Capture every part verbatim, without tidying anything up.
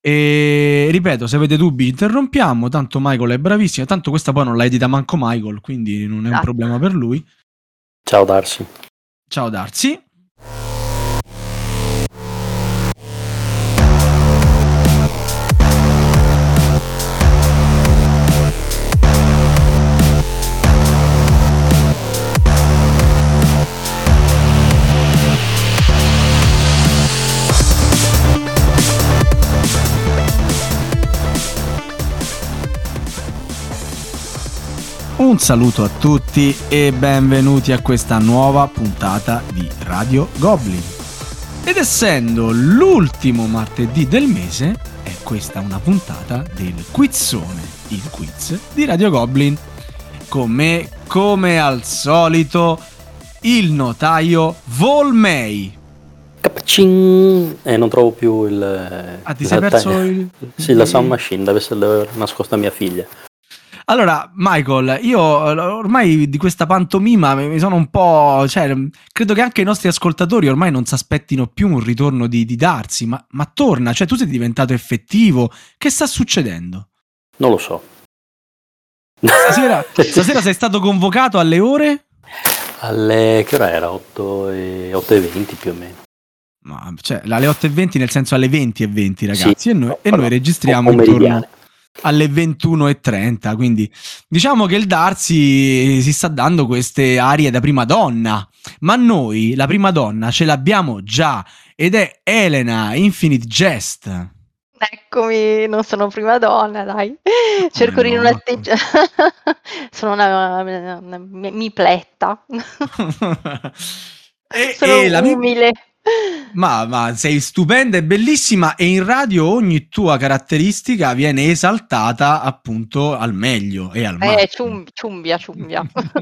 E ripeto, se avete dubbi interrompiamo, tanto Michael è bravissimo, tanto questa poi non l'ha edita manco Michael, quindi non è un Esatto. problema per lui. Ciao Darsi. Ciao Darsi. Un saluto a tutti e benvenuti a questa nuova puntata di Radio Goblin. Ed essendo l'ultimo martedì del mese, è questa una puntata del Quizzone, il quiz di Radio Goblin. Con me, come al solito, il notaio Volmei. Capacin! Eh, non trovo più il... Ah, ti sei perso il... Sì, la sound machine, deve essere nascosta mia figlia. Allora, Michael, io ormai di questa pantomima mi sono un po'... cioè, credo che anche i nostri ascoltatori ormai non si aspettino più un ritorno di, di Darsi, ma, ma torna, cioè tu sei diventato effettivo. Che sta succedendo? Non lo so. Stasera, stasera sei stato convocato alle ore? Alle... che ora era? otto e venti più o meno. Ma, cioè, alle otto e venti nel senso alle venti e venti, ragazzi, sì, e noi, no, e noi registriamo intorno alle ventuno e trenta, quindi diciamo che il Darsi si sta dando queste arie da prima donna, ma noi la prima donna ce l'abbiamo già ed è Elena Infinite Jest. Eccomi, non sono prima donna, dai. Cerco di no, non atteggiare. Sono una, una, una mipletta. e, sono e la umile. Ma, ma sei stupenda e bellissima e in radio ogni tua caratteristica viene esaltata appunto al meglio e al massimo. Eh, cium, ciumbia, ciumbia.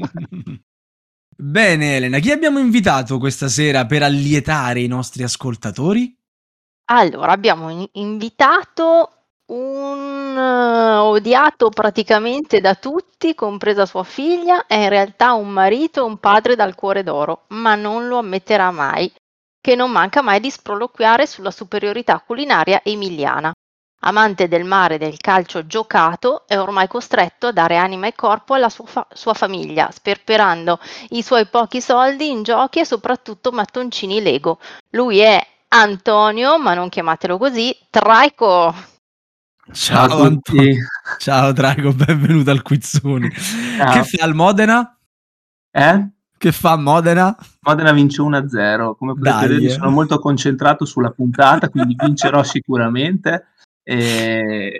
Bene Elena, chi abbiamo invitato questa sera per allietare i nostri ascoltatori? Allora, abbiamo invitato un uh, odiato praticamente da tutti, compresa sua figlia, è in realtà un marito e un padre dal cuore d'oro, ma non lo ammetterà mai, che non manca mai di sproloquiare sulla superiorità culinaria emiliana. Amante del mare e del calcio giocato, è ormai costretto a dare anima e corpo alla sua, fa- sua famiglia, sperperando i suoi pochi soldi in giochi e soprattutto mattoncini Lego. Lui è Antonio, ma non chiamatelo così, Traico. Ciao, Ciao Antonio. Ciao Traico, benvenuto al Quizzone. Ciao. Che fa il Modena? Eh? Che fa Modena? Modena vince uno a zero. Come potete vedere sono molto concentrato sulla puntata, quindi vincerò sicuramente. E...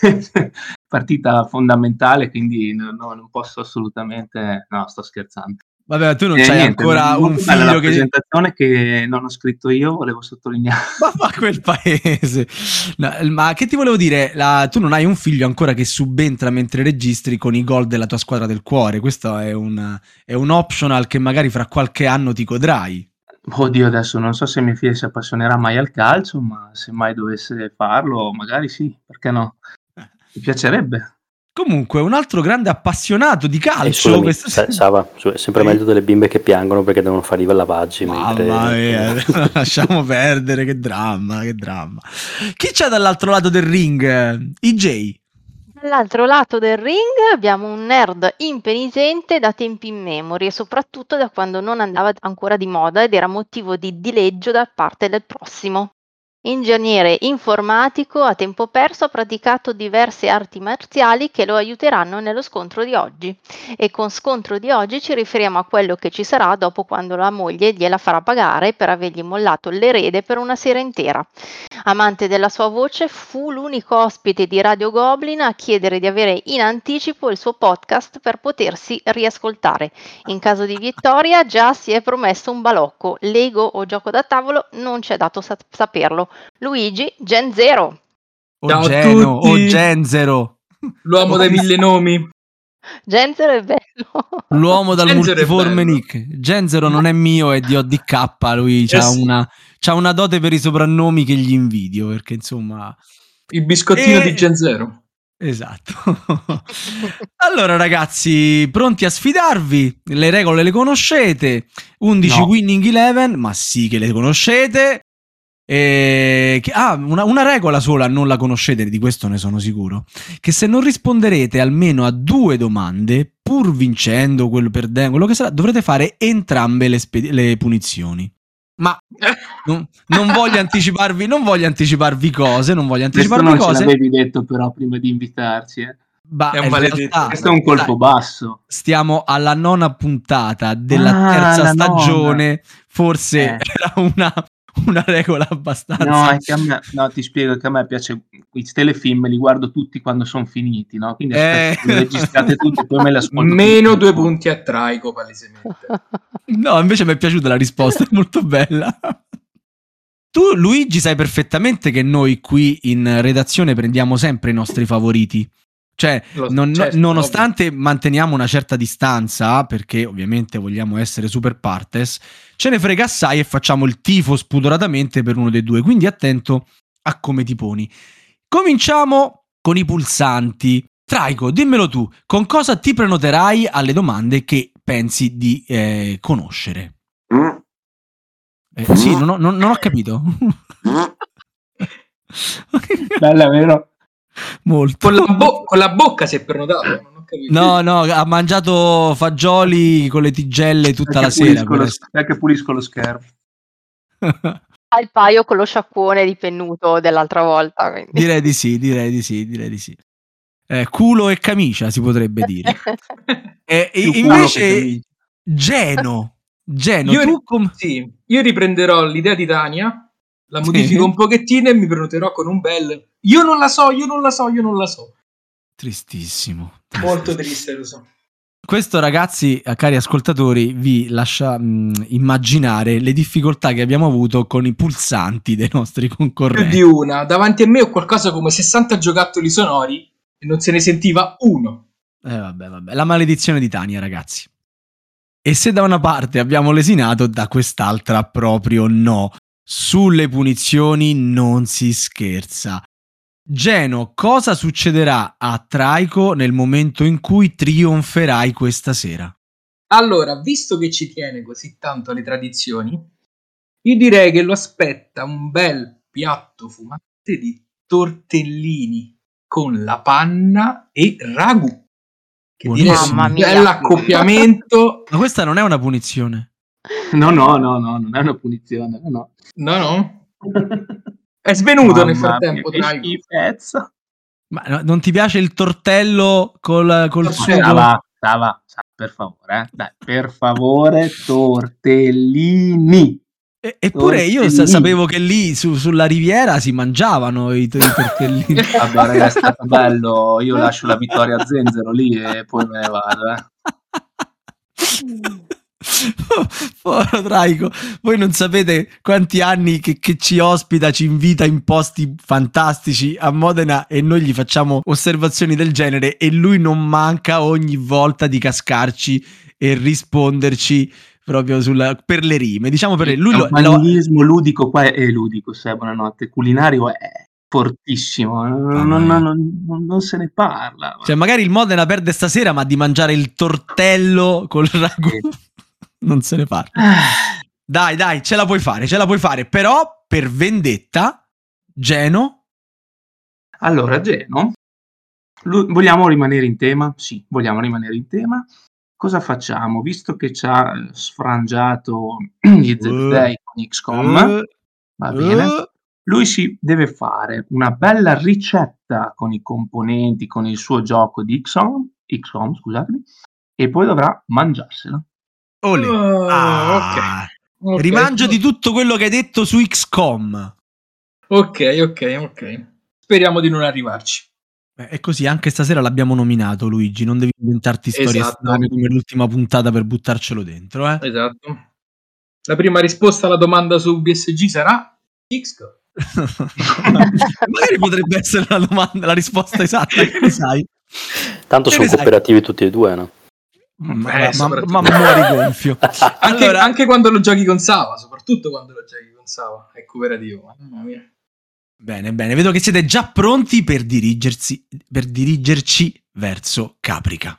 partita fondamentale, quindi no, no, non posso assolutamente... No, sto scherzando. Vabbè, tu non eh, c'hai niente, ancora un figlio la che... presentazione che non ho scritto io, volevo sottolineare. Ma fa quel paese. No, ma che ti volevo dire? La... Tu non hai un figlio ancora che subentra mentre registri con i gol della tua squadra del cuore. Questo è un, è un optional che magari fra qualche anno ti godrai. Oddio, adesso non so se mia figlia si appassionerà mai al calcio, ma se mai dovesse farlo, magari sì, perché no? Mi piacerebbe. Comunque, un altro grande appassionato di calcio. Scusami, questa... Sava, è sempre Ehi. meglio delle bimbe che piangono perché devono fare i lavaggi. Mamma mentre... mia, lasciamo perdere, che dramma, che dramma. Chi c'è dall'altro lato del ring? I J. Dall'altro lato del ring abbiamo un nerd impenitente da tempi immemori e soprattutto da quando non andava ancora di moda ed era motivo di dileggio da parte del prossimo. Ingegnere informatico a tempo perso, ha praticato diverse arti marziali che lo aiuteranno nello scontro di oggi. E con scontro di oggi ci riferiamo a quello che ci sarà dopo quando la moglie gliela farà pagare per avergli mollato l'erede per una sera intera. Amante della sua voce, fu l'unico ospite di Radio Goblin a chiedere di avere in anticipo il suo podcast per potersi riascoltare. In caso di vittoria già si è promesso un balocco, Lego o gioco da tavolo, non c'è dato sa- saperlo. Luigi, Gen Zero. O Ciao Geno, o Genzero. L'uomo dai mille nomi. Genzero è bello. L'uomo dal Genzero multiforme nick. Genzero non è mio, è di O D K. Lui c'ha, yes. una, c'ha una dote per i soprannomi che gli invidio, perché insomma... Il biscottino e... di Genzero. Esatto. Allora ragazzi, pronti a sfidarvi? Le regole le conoscete. undici no. Winning eleven, ma sì che le conoscete. E che, ah, una, una regola sola, non la conoscete, di questo ne sono sicuro, che se non risponderete almeno a due domande, pur vincendo, quello perdendo, quello che sarà, dovrete fare entrambe le, spe- le punizioni. Ma non, non voglio anticiparvi, non voglio anticiparvi cose, non voglio anticiparvi Questo non cose. ce l'avevi detto però prima di invitarci, eh. Bah, È un in maledetto. realtà, Questo è un colpo sai, basso. stiamo alla nona puntata della Ah, terza la stagione, nonna. forse Eh. era una, una regola abbastanza... No, è che a me, no, ti spiego che a me piace, i telefilm me li guardo tutti quando sono finiti, no? Quindi aspetto Eh. che li registrate tutti e poi me li ascolto Meno tutti. due punti a Traico, palesemente. No, invece mi è piaciuta la risposta, è molto bella. Tu, Luigi, sai perfettamente che noi qui in redazione prendiamo sempre i nostri favoriti. Cioè, Lo- non- certo, nonostante manteniamo una certa distanza, perché ovviamente vogliamo essere super partes, ce ne frega assai e facciamo il tifo spudoratamente per uno dei due. Quindi attento a come ti poni. Cominciamo con i pulsanti. Traico, dimmelo tu, con cosa ti prenoterai alle domande che pensi di eh, conoscere? Eh, sì, non ho, non- non ho capito. Bella, vero? Molto. Con la, bo- con la bocca si è prenotato. Non ho capito. No, no, ha mangiato fagioli con le tigelle tutta la Perché sera. pulisco, per lo, essere- perché pulisco lo schermo. Ha il paio con lo sciacquone dipennuto dell'altra volta. Quindi. Direi di sì, direi di sì, direi di sì. Eh, culo e camicia si potrebbe dire. E, e Più culo che invece camicia. Geno, Geno, Io, tu ri- com- sì, io riprenderò l'idea di Tania, la Sì. modifico un pochettino e mi prenoterò con un bel io non la so, io non la so, io non la so. Tristissimo. Molto tristissimo. triste, lo so. Questo, ragazzi, eh, cari ascoltatori, vi lascia mh, immaginare le difficoltà che abbiamo avuto con i pulsanti dei nostri Più concorrenti. di una. Davanti a me ho qualcosa come sessanta giocattoli sonori e non se ne sentiva uno. Eh, vabbè, vabbè, la maledizione di Tania, ragazzi. E se da una parte abbiamo lesinato, da quest'altra proprio no. Sulle punizioni non si scherza. Geno, cosa succederà a Traico nel momento in cui trionferai questa sera? Allora, visto che ci tiene così tanto alle tradizioni, io direi che lo aspetta un bel piatto fumante di tortellini con la panna e ragù. Che direi Buonissimo. Mamma un mia. bell'accoppiamento. Ma questa non è una punizione. No, no, no, no, non è una punizione, no, no. No, no. È svenuto nel Mamma frattempo, mia, che Traico. schifezza. Ma no, non ti piace il tortello col, col Tortello. sugo? Stava, stava, per favore, eh. Dai, per favore, tortellini. E- Eppure io sa- Tortellini. sapevo che lì su- sulla riviera si mangiavano i, i tortellini. Vabbè, ragazzi, è stato bello. Io lascio la vittoria a Zenzero lì e poi me ne vado, eh. Povero Traico, voi non sapete quanti anni che, che ci ospita, ci invita in posti fantastici a Modena e noi gli facciamo osservazioni del genere e lui non manca ogni volta di cascarci e risponderci proprio sulla, per le rime. Diciamo per le, lui Il lo, lo, campanilismo ludico qua è, è ludico, sai, buonanotte. Culinario è fortissimo, non, non- non- non- non se ne parla. cioè magari il Modena perde stasera, ma di mangiare il tortello col ragù non se ne parla. Dai, dai, ce la puoi fare, ce la puoi fare. Però, per vendetta, Geno... Allora, Geno, lu- vogliamo rimanere in tema? Sì, vogliamo rimanere in tema. Cosa facciamo? Visto che ci ha eh, sfrangiato gli Zebedei con X COM, Eh, va bene, eh, lui si deve fare una bella ricetta con i componenti, con il suo gioco di X COM, X COM, scusatemi, e poi dovrà mangiarsela. olè. Oh, Ah, ok. Rimangio di tutto quello che hai detto su X COM. Ok, ok, ok. Speriamo di non arrivarci. Eh, E così anche stasera l'abbiamo nominato, Luigi. Non devi inventarti storie Esatto. strane come l'ultima puntata per buttarcelo dentro, eh? Esatto. La prima risposta alla domanda su B S G sarà X COM. Magari potrebbe essere la domanda, la risposta esatta, che ne sai? Tanto Che sono ne sai? cooperativi tutti e due, no? Ma, Eh, ma- ma, soprattutto. muori gonfio. Anche, Allora, anche quando lo giochi con Sava, soprattutto quando lo giochi con Sava, è cooperativo. Mamma mia. bene, bene, vedo che siete già pronti per dirigersi, per dirigerci verso Caprica.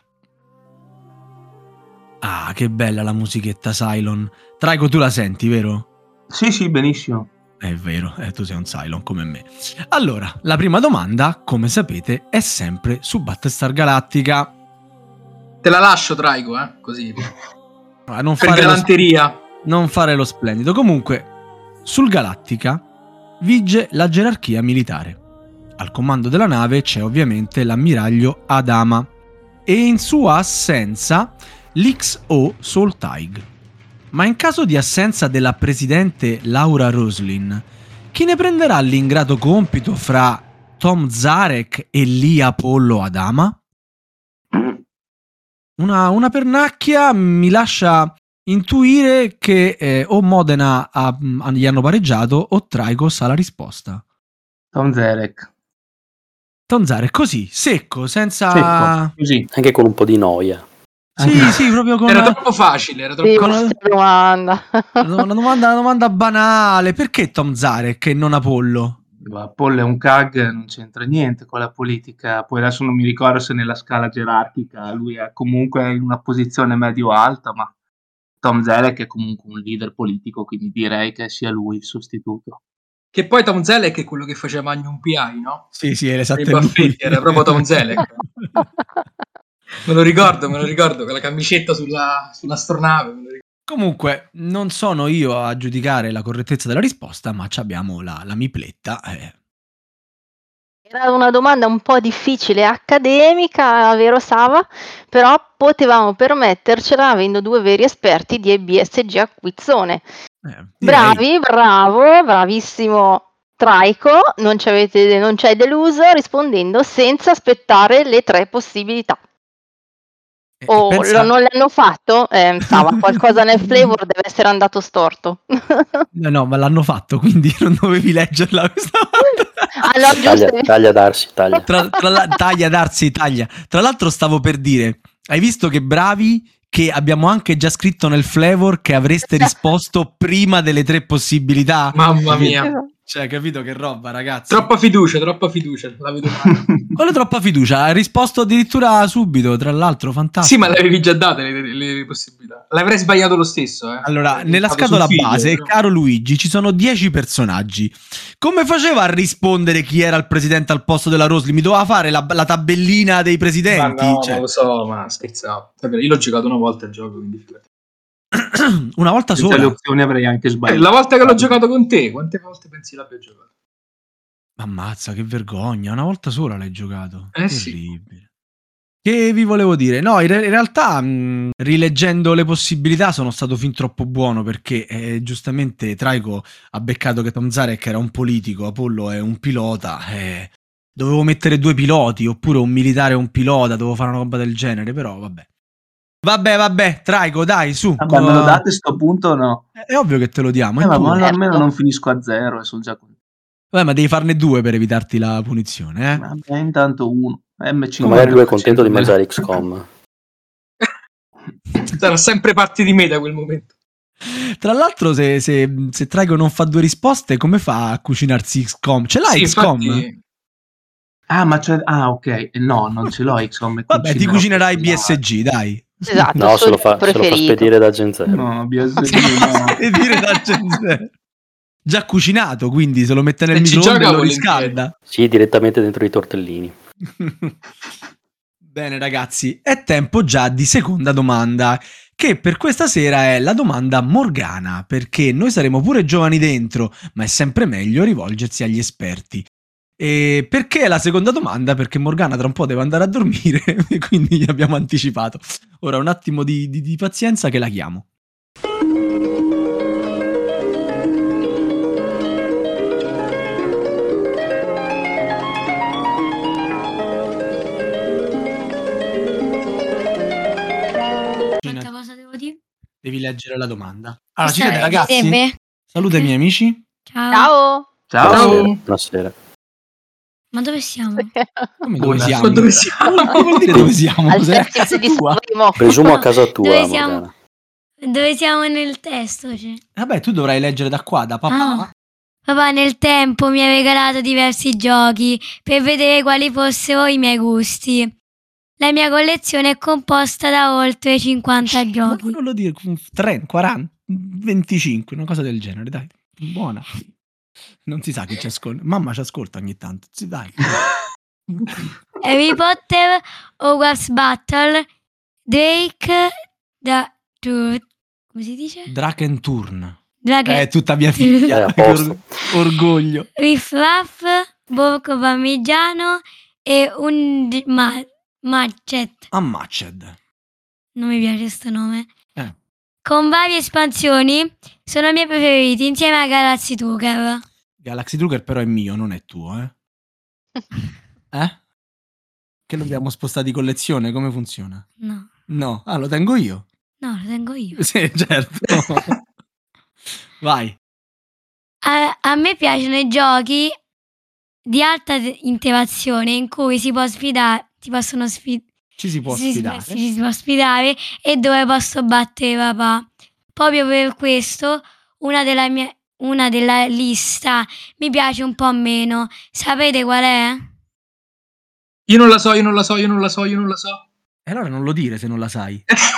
Ah, che bella la musichetta Cylon. Traico, tu la senti, vero? Sì, sì, benissimo. È vero, eh, tu sei un Cylon come me. Allora, la prima domanda, come sapete, è sempre su Battlestar Galactica. Te la lascio, Traigo, eh? Così. Ah, non per fare galanteria. Lo, non fare lo splendido. Comunque, sul Galactica vige la gerarchia militare. Al comando della nave c'è ovviamente l'ammiraglio Adama e in sua assenza l'X O Soltaig. Ma in caso di assenza della presidente Laura Roslin, chi ne prenderà l'ingrato compito fra Tom Zarek e Lee Apollo Adama? Una, una pernacchia mi lascia intuire che eh, o Modena ha, gli hanno pareggiato o Traigo sa la risposta. Tom Zarek. Tom Zarek, così, secco, senza... Secco, così. Anche con un po' di noia. Sì, sì, proprio con... Era troppo facile, era troppo Sì, con- questa domanda. una domanda, una domanda banale. Perché Tom Zarek e non Apollo? Apollo è un C A G, non c'entra niente con la politica. Poi adesso non mi ricordo se nella scala gerarchica lui è comunque in una posizione medio-alta, ma Tom Zarek è comunque un leader politico, quindi direi che sia lui il sostituto. Che poi Tom Zelek è quello che faceva Magnum P I, no? Sì, sì, è esatto. I baffetti, era proprio Tom Zelek. Me lo ricordo, me lo ricordo, con la camicetta sulla, sull'astronave. Me lo ricordo. Comunque, non sono io a giudicare la correttezza della risposta, ma ci abbiamo la, la mipletta. Eh. Era una domanda un po' difficile, accademica, vero Sava? Però potevamo permettercela avendo due veri esperti di E B S G a quizzone. Eh, direi- Bravi, bravo, bravissimo Traico, non ci avete, non ci hai deluso rispondendo senza aspettare le tre possibilità. eh, O pensa- lo- non l'hanno fatto? Eh, Sava, qualcosa nel flavor deve essere andato storto. No, no, ma l'hanno fatto, quindi non dovevi leggerla questa volta. Ah, no, Taglia, giusto. taglia Darsi, taglia. Tra, tra la- taglia, Darsi, taglia. Tra l'altro stavo per dire, hai visto che bravi che abbiamo anche già scritto nel flavor che avreste risposto prima delle tre possibilità? Mamma mia. Cioè, capito che roba, ragazzi? Troppa fiducia, troppa fiducia. La vedo male. Quale troppa fiducia? Hai risposto addirittura subito, tra l'altro, fantastico. Sì, ma l'avevi già date le, le possibilità. L'avrei sbagliato lo stesso, eh. Allora, L'avrei nella buttato scatola sul figlio, base, però. caro Luigi, ci sono dieci personaggi. Come faceva a rispondere chi era il presidente al posto della Rosli? Mi doveva fare la, la tabellina dei Ma presidenti? no, Cioè, ma lo so, ma scherzavo. Vabbè, io l'ho giocato una volta il gioco, quindi figurati. una volta Senza le sola. opzioni avrei anche Eh, sbagliato. la volta che l'ho giocato con te, quante volte pensi l'abbia giocato? Ammazza, che vergogna, una volta sola l'hai giocato. Eh sì. Terribile. Che vi volevo dire? No, in, re- in realtà, mh, rileggendo le possibilità, sono stato fin troppo buono perché eh, giustamente Traico ha beccato che Tom Zarek era un politico, Apollo è un pilota. Eh, dovevo mettere due piloti, oppure un militare e un pilota, dovevo fare una roba del genere, però vabbè. Vabbè, vabbè, Traico, dai, su. Vabbè, me lo date sto punto o no? È ovvio che te lo diamo. Eh, è ma tuo. allora almeno Certo. non finisco a zero e sono già contento. Vabbè, ma devi farne due per evitarti la punizione, eh? Vabbè, intanto uno. M cinquanta Magari lui è contento di per cento mangiare X COM. Sarà sempre parte di me da quel momento. Tra l'altro, se, se, se Traico non fa due risposte, come fa a cucinarsi X COM? Ce l'hai Sì, X COM? infatti, Ah, ma c'è... Ah, ok. Eh, No, non ce l'ho X COM. Vabbè, ti cucinerai B S G, dai. Esatto, No, se suo lo, fa, se lo fa preferito. spedire da Gen Zero. No, B S G no. E dire da gente. Già cucinato, quindi se lo mette nel E ci microonde e gioca lo volentieri. riscalda. Sì, direttamente dentro i tortellini. Bene ragazzi, è tempo già di seconda domanda, che per questa sera è la domanda Morgana, perché noi saremo pure giovani dentro, ma è sempre meglio rivolgersi agli esperti. E perché è la seconda domanda? Perché Morgana tra un po' deve andare a dormire, e quindi gli abbiamo anticipato. Ora un attimo di, di, di pazienza che la chiamo. Quanta cosa devo dire? Devi leggere la domanda. Allora, ci Questa siete è- ragazzi? deve- Salute Ok. miei amici. Ciao. Ciao! Ciao. Ciao. Buonasera. Ma dove siamo? Come dove Buona- siamo? Dove siamo? Che vuol dire dove siamo? Al Cos'è? festival di Tua? Sanremo. Presumo a casa tua, Dove siamo? Morgana. Dove siamo nel testo? Cioè. Vabbè, tu dovrai leggere da qua, da papà. Ah. Papà nel tempo mi ha regalato diversi giochi per vedere quali fossero i miei gusti. La mia collezione è composta da oltre cinquanta Ma giochi. non lo dire, trenta, quaranta, venticinque, una cosa del genere, dai. Buona. Non si sa chi ci ascolta. Mamma ci ascolta ogni tanto. Sì, dai. Harry Potter, Hogwarts Battle, Drake, da, tu, come si dice? Drakenturn. Draken, È tutta mia figlia. È a Che posto. or- orgoglio. Riff Raff, Borgo Parmigiano e un d- ma- Matchet. Unmatched. Non mi piace questo nome. Eh. Con varie espansioni sono i miei preferiti insieme a Galaxy Trucker. Galaxy Trucker però è mio, non è tuo, eh? Eh? Che lo abbiamo spostato di collezione, come funziona? No, No, ah, lo tengo io. no, lo tengo io. Sì, certo. Vai. A, a me piacciono i giochi di alta te- interazione in cui si può sfidare, si possono sfidare. Ci si può si, sfidare. si- si può sfidare e dove posso battere papà. Proprio per questo una della mia una della lista mi piace un po' meno. Sapete qual è? Io non la so, io non la so, io non la so, io non la so. E allora non lo dire se non la sai.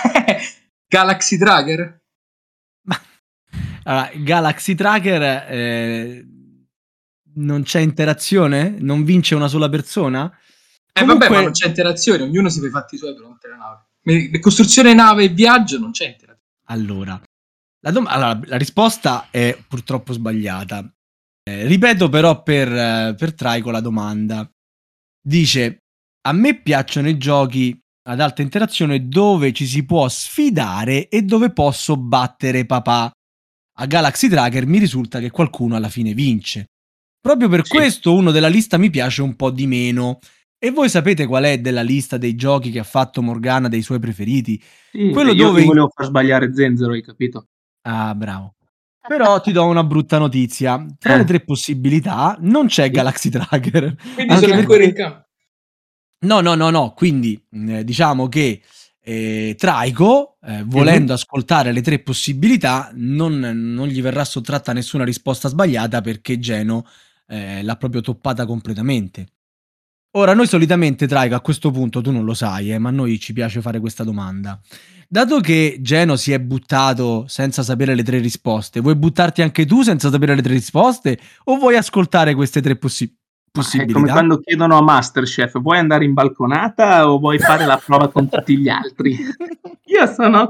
Galaxy Tracker? Ma allora, Galaxy Tracker eh, non c'è interazione? Non vince una sola persona? Eh Comunque- vabbè, ma non c'è interazione, ognuno si fa i fatti suoi durante la nave. Le costruzione nave e viaggio non c'è interazione. Allora, la, dom- allora, la risposta è purtroppo sbagliata. Eh, ripeto però per, eh, per Traico la domanda. Dice, a me piacciono i giochi ad alta interazione dove ci si può sfidare e dove posso battere papà. A Galaxy Tracker mi risulta che qualcuno alla fine vince. Proprio per Sì. questo uno della lista mi piace un po' di meno. E voi sapete qual è della lista dei giochi che ha fatto Morgana dei suoi preferiti? Sì, Quello io dove- ti volevo far sbagliare Zenzero, hai capito? Ah, bravo. Però ti do una brutta notizia. Tra Eh. le tre possibilità non c'è Sì. Galaxy Tracker. Quindi Anche sono ancora perché- in campo. No, no, no, no. Quindi mh, diciamo che eh, Traico, eh, volendo ascoltare le tre possibilità, non, non gli verrà sottratta nessuna risposta sbagliata perché Geno eh, l'ha proprio toppata completamente. Ora, noi solitamente, Traico, a questo punto tu non lo sai, eh, ma a noi ci piace fare questa domanda. Dato che Geno si è buttato senza sapere le tre risposte, vuoi buttarti anche tu senza sapere le tre risposte o vuoi ascoltare queste tre possi- Ma è possibilità? come quando chiedono a Masterchef, vuoi andare in balconata o vuoi fare la prova con tutti gli altri? Io sono...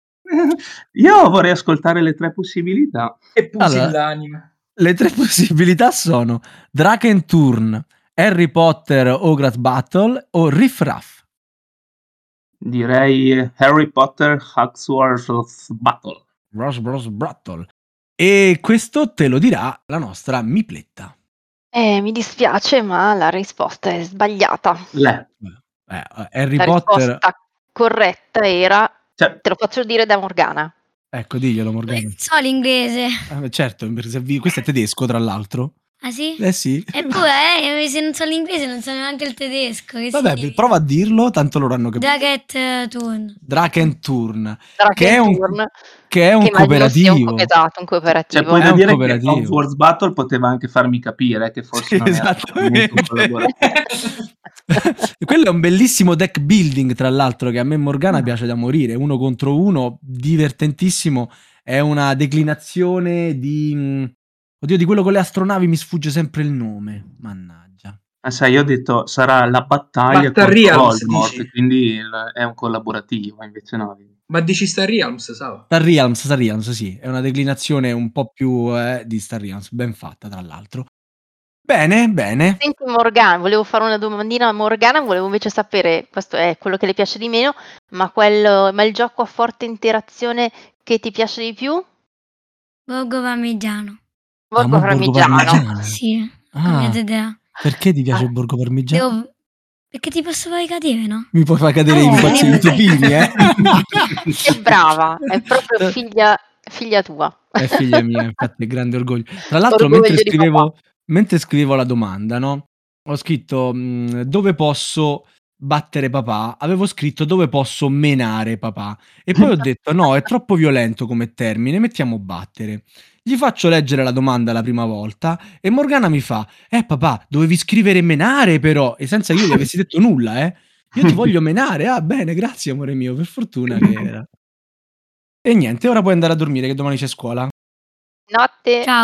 Io vorrei ascoltare le tre possibilità. E Allora, pusillanime. le tre possibilità sono Drakenturn, Harry Potter Hogwarts Battle o Riff Raff. Direi Harry Potter Hogwarts Battle. Bros Bros Battle. E questo te lo dirà la nostra Mipletta. Eh, mi dispiace, ma la risposta è sbagliata. Le. Eh, Harry La Potter... risposta corretta era, Cioè, te lo faccio dire da Morgana, Ecco, diglielo Morgana. So l'inglese. Eh, certo, perché se vi- questo è tedesco tra l'altro. Ah sì? Eh sì. Eppure, eh, se non so l'inglese non so neanche il tedesco. Che Vabbè, significa? prova a dirlo, tanto loro hanno capito. Draget eh, Turn. Drakenturn, che è un, Drakenturn, che è un che immagino sia un, cooperativo. co- esatto, un cioè, cooperativo. poi È da un dire che cooperativo. Hogwarts Battle poteva anche farmi capire che forse Sì, non era esattamente. un collaborativo. Quello è un bellissimo deck building, tra l'altro, che a me Morgana piace da morire. Uno contro uno, divertentissimo. È una declinazione di... mh, Oddio, di quello con le astronavi mi sfugge sempre il nome. Mannaggia. Ah, sai, io ho detto sarà la battaglia Battle contro Realms, Voldemort, dici? quindi il- è un collaborativo, invece no. Ma dici Star Realms, Sava? Star Realms, Star Realms, sì. È una declinazione un po' più eh, di Star Realms, ben fatta, tra l'altro. Bene, bene. Senti Morgana, volevo fare una domandina a Morgana, volevo invece sapere, questo è quello che le piace di meno, ma, quello, ma il gioco a forte interazione che ti piace di più? Borgo Parmigiano. Ah, Borgo mo Borgo Parmigiano. Parmigiano. Sì, Ah, la mia idea. perché ti piace Ah. il Borgo Parmigiano? Devo... Perché ti posso fare cadere, no? Mi puoi far cadere Eh, i pupazzi eh, di tupini, eh? È brava, è proprio figlia, figlia tua. È figlia mia, infatti è grande orgoglio. Tra l'altro, Orgoglio mentre di scrivevo, mentre scrivevo la domanda, no? Ho scritto mh, dove posso battere papà, avevo scritto dove posso menare papà e poi ho detto no, è troppo violento come termine, mettiamo battere. Gli faccio leggere la domanda la prima volta e Morgana mi fa eh papà, dovevi scrivere menare però, e senza che io gli avessi detto nulla, eh. Io ti voglio menare, ah bene, grazie amore mio, per fortuna che era. E niente, ora puoi andare a dormire che domani c'è scuola. Notte. Ciao.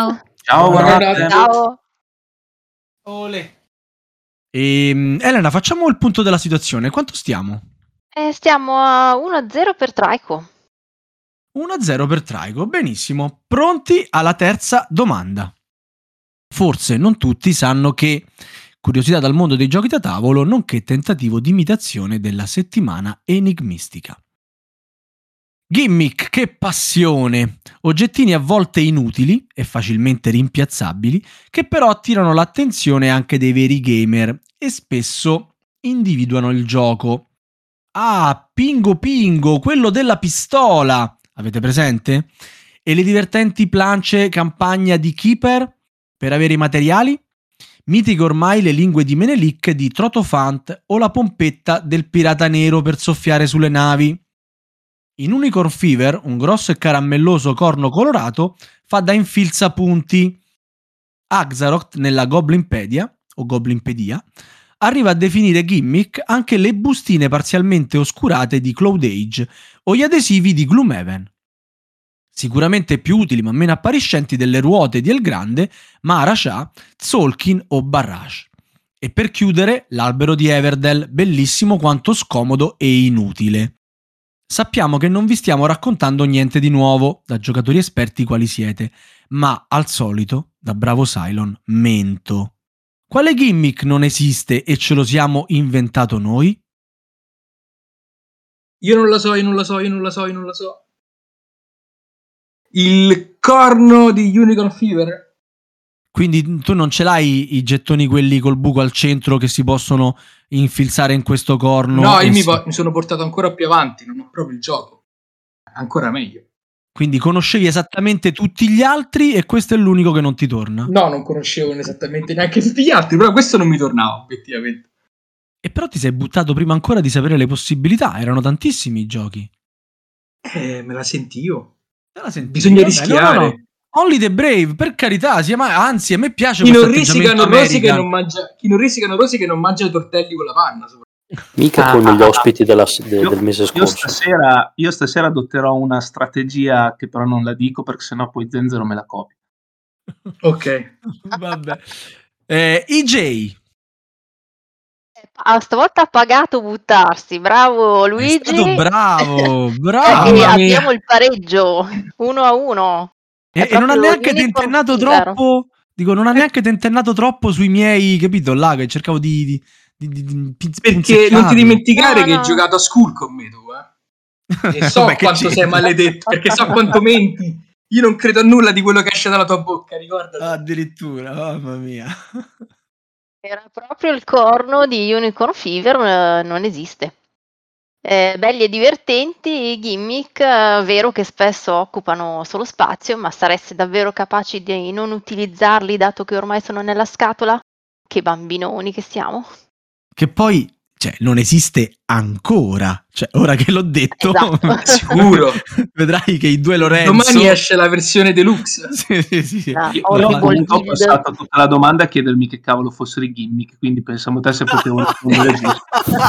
Ciao, buonanotte. Ciao. Ole. E, Elena, facciamo il punto della situazione. Quanto stiamo? Eh, stiamo a uno a zero per Traico. uno a zero per Traico. Benissimo. Pronti alla terza domanda. Forse non tutti sanno che curiosità dal mondo dei giochi da tavolo, nonché tentativo di imitazione della settimana enigmistica. Gimmick, che passione! Oggettini a volte inutili e facilmente rimpiazzabili, che però attirano l'attenzione anche dei veri gamer e spesso individuano il gioco. Ah, Pingo Pingo, quello della pistola! Avete presente? E le divertenti plance campagna di Keeper per avere i materiali? Mitiche ormai le lingue di Menelik di Trotofant o la pompetta del pirata nero per soffiare sulle navi. In Unicorn Fever, un grosso e caramelloso corno colorato fa da infilzapunti. Axaroth, nella Goblinpedia, o Goblinpedia, arriva a definire gimmick anche le bustine parzialmente oscurate di Cloud Age o gli adesivi di Gloomhaven. Sicuramente più utili ma meno appariscenti delle ruote di El Grande, Mara Shah, Tzolk'in o Barrage. E per chiudere, l'albero di Everdell, bellissimo quanto scomodo e inutile. Sappiamo che non vi stiamo raccontando niente di nuovo, da giocatori esperti quali siete, ma al solito, da bravo Cylon, mento. Quale gimmick non esiste e ce lo siamo inventato noi? Io non la so, io non la so, io non la so, io non la so. Il corno di Unicorn Fever? Quindi tu non ce l'hai i gettoni quelli col buco al centro che si possono infilzare in questo corno? No, io mi, si... po- mi sono portato ancora più avanti, non ho proprio il gioco. Ancora meglio. Quindi conoscevi esattamente tutti gli altri e questo è l'unico che non ti torna? No, non conoscevo esattamente neanche tutti gli altri, però questo non mi tornava, effettivamente. E però ti sei buttato prima ancora di sapere le possibilità, erano tantissimi i giochi. Eh, me la sentivo. Te la sentivi? Bisogna Vabbè, rischiare. no, no, no. Only the brave, per carità, sia mai... anzi a me piace Chi questo non risica atteggiamento non rosica e American. non mangia, chi non risica non rosica e non mangia i tortelli con la panna. Mica Ah, come gli ah, ospiti della- de- Io, del mese io scorso. stasera, io stasera adotterò una strategia che però non la dico perché sennò poi Zenzero me la copia. Ok. Vabbè. Eh, E J. Ah, stavolta ha pagato buttarsi, bravo È Luigi. stato bravo, Eh, bravo. e Mamma abbiamo mia. il pareggio, uno a uno. È E, e non ha proprio neanche Unicorn tentennato Fever. troppo, dico, non ha neanche tentennato troppo sui miei, capito, là, che cercavo di... di, di, di, di pinz- Perché non ti punzecchiarli. dimenticare No, che no. hai giocato a school con me tu, eh? E so Vabbè, che quanto sei c'entra? maledetto, perché so quanto menti. Io non credo a nulla di quello che esce dalla tua bocca, ricordati. Addirittura, mamma mia. Era proprio il corno di Unicorn Fever, eh, non esiste. Eh, belli e divertenti, gimmick, eh, vero che spesso occupano solo spazio, ma sareste davvero capaci di non utilizzarli dato che ormai sono nella scatola? Che bambinoni che siamo. Che poi, cioè, non esiste ancora. Cioè, ora che l'ho detto, Esatto. Sicuro. vedrai che i due Lorenzo... Domani esce la versione deluxe. Sì, sì, sì, sì. Ah, Io, Horrible io comunque ho Guild. passato tutta la domanda a chiedermi che cavolo fossero i gimmick, quindi pensavo te se potevo rispondere giusto.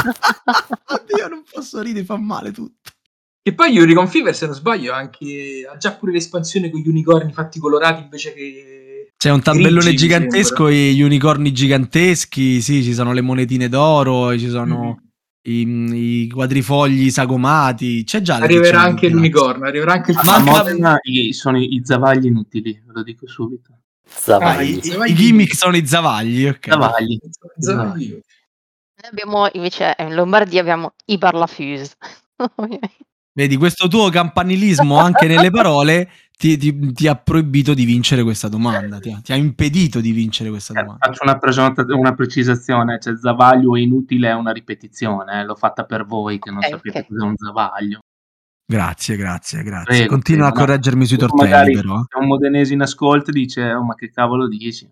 Oddio, non posso ridere, fa male tutto. E poi Unicorn Fever, se non sbaglio, anche ha già pure l'espansione con gli unicorni fatti colorati invece che... C'è un tabellone grigi, mi gigantesco sembra. e gli unicorni giganteschi, sì, ci sono le monetine d'oro, ci sono Mm. i, i quadrifogli sagomati, c'è già Arriverà l'edizione anche di l'unicorno, arriverà anche il A Manca- Modena i- sono i, i zavagli inutili, ve lo dico subito. Ah, Zavagli. I, i gimmick sono i zavagli, ok. Zavagli. Zavagli. Noi abbiamo invece in Lombardia abbiamo i Barlafuse. Vedi, questo tuo campanilismo anche nelle parole ti, ti- ti ha proibito di vincere questa domanda, ti ha, ti ha impedito di vincere questa Eh, domanda. faccio una, presenta- una precisazione, cioè zavaglio è inutile, è una ripetizione, eh, l'ho fatta per voi che non Ok, sapete ok. cos'è un zavaglio. Grazie, grazie, grazie. Prego, Continua prego, a no. correggermi sui Dopo tortelli, magari però. c'è un modenese in ascolto e dice, oh ma che cavolo dici?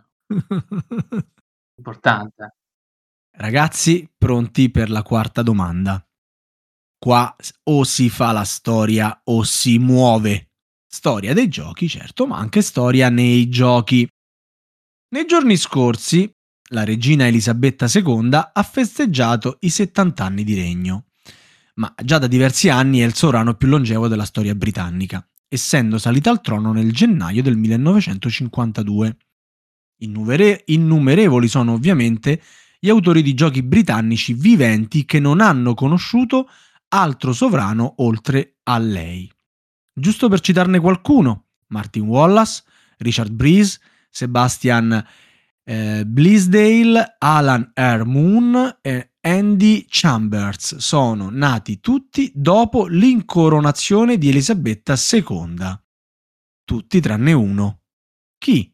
Importante. Ragazzi, pronti per la quarta domanda. Qua o si fa la storia o si muove. Storia dei giochi, certo, ma anche storia nei giochi. Nei giorni scorsi, la regina Elisabetta seconda ha festeggiato i settanta anni di regno. Ma già da diversi anni è il sovrano più longevo della storia britannica. essendo salita al trono nel gennaio del millenovecentocinquantadue. Innumere- innumerevoli sono ovviamente gli autori di giochi britannici viventi che non hanno conosciuto altro sovrano oltre a lei. Giusto per citarne qualcuno: Martin Wallace, Richard Breeze, Sebastian eh, Bleasdale, Alan R. Moon e Andy Chambers sono nati tutti dopo l'incoronazione di Elisabetta seconda. Tutti tranne uno. Chi?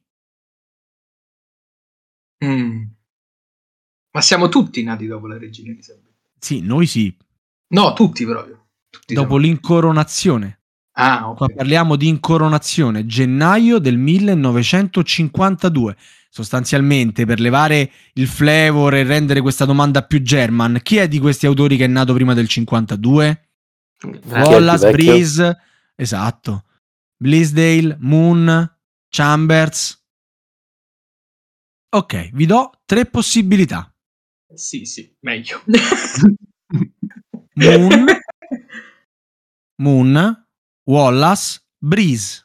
Mm. Ma siamo tutti nati dopo la regina Elisabetta? Sì, noi sì. No, tutti proprio. Tutti Dopo siamo... l'incoronazione. Ah, ok. Qua parliamo di incoronazione, gennaio del millenovecentocinquantadue. Sostanzialmente, per levare il flavor e rendere questa domanda più German, chi è di questi autori che è nato prima del cinquantadue? Wallace, Breeze, esatto. Bleasdale, Moon, Chambers. Ok, vi do tre possibilità. Sì, sì, meglio. Moon, Moon, Wallace, Breeze.